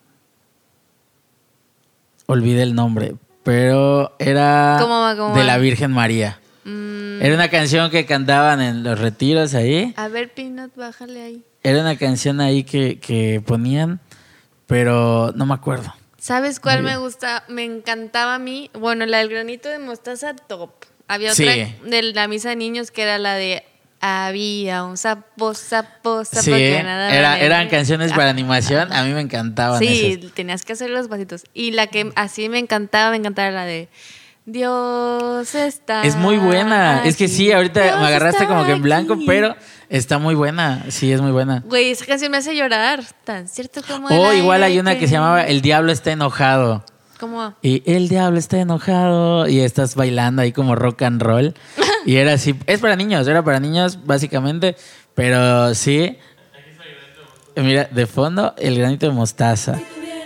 olvidé el nombre, pero era ¿Cómo va, cómo de va? la Virgen María. Mm, Era una canción que cantaban en los retiros ahí. a ver, Peanut, bájale ahí. Era una canción ahí que, que ponían, pero no me acuerdo. ¿Sabes cuál Muy me bien. gusta? Me encantaba a mí. Bueno, la del granito de mostaza, top. Había Sí. otra de la misa de niños que era la de había un sapo, sapo, sapo Sí, que nadaba era, en el- eran canciones Ah, para animación. A mí me encantaban sí, esas. tenías que hacer los pasitos. Y la que así me encantaba, me encantaba la de Dios está. Es muy buena. Es que sí, aquí, ahorita Dios me agarraste está como que en blanco, aquí. pero está muy buena. Sí, es muy buena. Güey, esa canción me hace llorar. Tan cierto como O el igual aire hay una que se llamaba El Diablo está enojado. ¿Cómo? Y el diablo está enojado y estás bailando ahí como rock and roll. Y era así, es para niños, era para niños básicamente, pero sí. Mira, de fondo el granito de mostaza.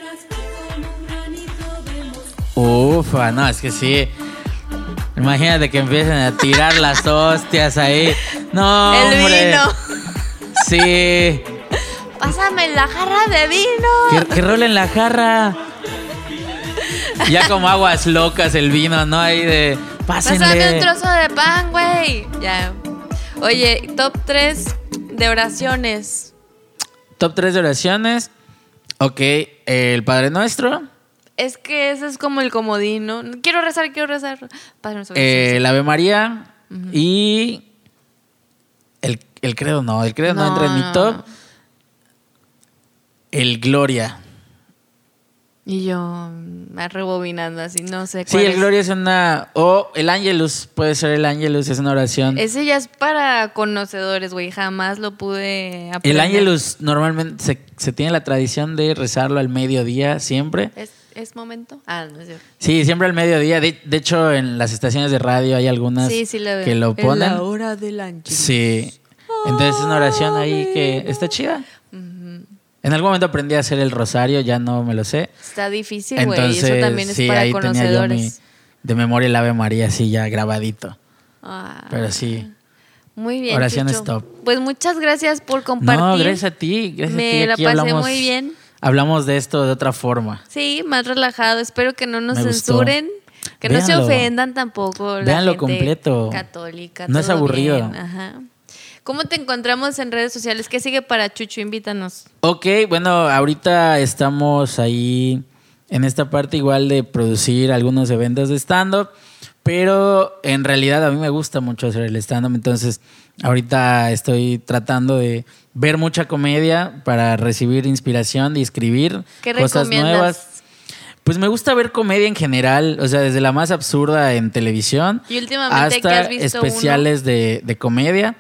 Ufa, no, es que sí. Imagínate que empiecen a tirar las hostias ahí. No, El hombre. vino. Sí. Pásame la jarra de vino. Que, que rolen la jarra. Ya como aguas locas el vino, ¿no? Ahí de. Pásenle. Pásame un trozo de pan, güey. Ya. Oye, top tres de oraciones. Top tres de oraciones. Ok, el Padre Nuestro. Es que ese es como el comodín, ¿no? Quiero rezar, quiero rezar. Padre nuestro. eh, sí, sí. el Ave María. Y. El, el credo no, el credo no, No, entra en mi no, top. no. El Gloria. Y yo mm, rebobinando así, no sé Sí, cuál el es. Gloria es una... O el Angelus, puede ser el Angelus, es una oración. Ese ya es para conocedores, güey. Jamás lo pude aprender. El Angelus normalmente se, se tiene la tradición de rezarlo al mediodía siempre. ¿Es, ¿Es momento? Ah, no es cierto. Sí, siempre al mediodía. De, de hecho, en las estaciones de radio hay algunas Sí, sí lo veo. que lo En ponen. la hora del ángel. Sí. Entonces es una oración ahí que está chida. En algún momento aprendí a hacer el rosario, ya no me lo sé. Está difícil, güey. Entonces, Eso también es sí, para ahí tenía yo mi, conocedores. de memoria el Ave María así ya grabadito. Ah, Pero sí. muy bien, Oraciones Chucho. top. Pues muchas gracias por compartir. No, gracias a ti. Gracias Me a ti. la Aquí pasé hablamos, muy bien. Hablamos de esto de otra forma. Sí, más relajado. Espero que no nos Me gustó. censuren. Que no se Véanlo. ofendan tampoco. La Véanlo gente completo. Católica. No es todo aburrido. bien. Ajá. ¿Cómo te encontramos en redes sociales? ¿Qué sigue para Chucho? Invítanos. Ok, bueno, ahorita estamos ahí en esta parte igual de producir algunos eventos de stand-up, pero en realidad a mí me gusta mucho hacer el stand-up, entonces ahorita estoy tratando de ver mucha comedia para recibir inspiración y escribir ¿Qué cosas recomiendas? nuevas. Pues me gusta ver comedia en general, o sea, desde la más absurda en televisión Y últimamente, ¿qué hasta has visto especiales de, de comedia.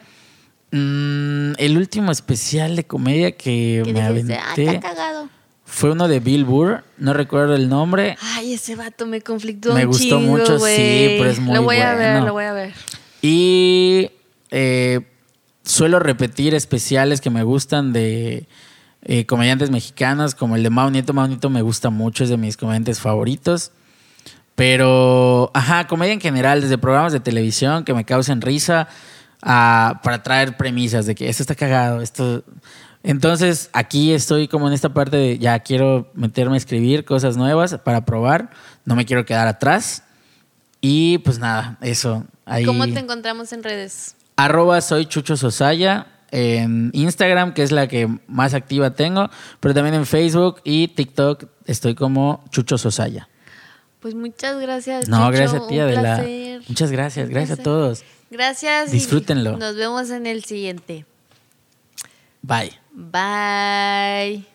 Mm, el último especial de comedia que ¿Qué me dijiste? Ah, aventé está cagado. fue uno de Bill Burr, no recuerdo el nombre. Ay, ese vato me conflictó Me un gustó chingo, mucho, güey. sí, pero es muy Lo voy a ver, bueno. lo voy a ver. Y eh, suelo repetir especiales que me gustan de eh, comediantes mexicanos, como el de Mau Nieto. Mau Nieto me gusta mucho, es de mis comediantes favoritos. Pero, ajá, comedia en general, desde programas de televisión que me causen risa, a, para traer premisas de que esto está cagado, esto... Entonces, aquí estoy como en esta parte de ya quiero meterme a escribir cosas nuevas para probar, no me quiero quedar atrás. Y pues nada, eso. Ahí. ¿Cómo te encontramos en redes? Arroba soy Chucho Sosaya en Instagram, que es la que más activa tengo, pero también en Facebook y TikTok estoy como Chucho Sosaya. Pues muchas gracias, No, Chucho. gracias a ti, Un Adela. placer. Muchas gracias, Un gracias a placer. todos. Gracias. y Disfrútenlo. Nos vemos en el siguiente. Bye. Bye.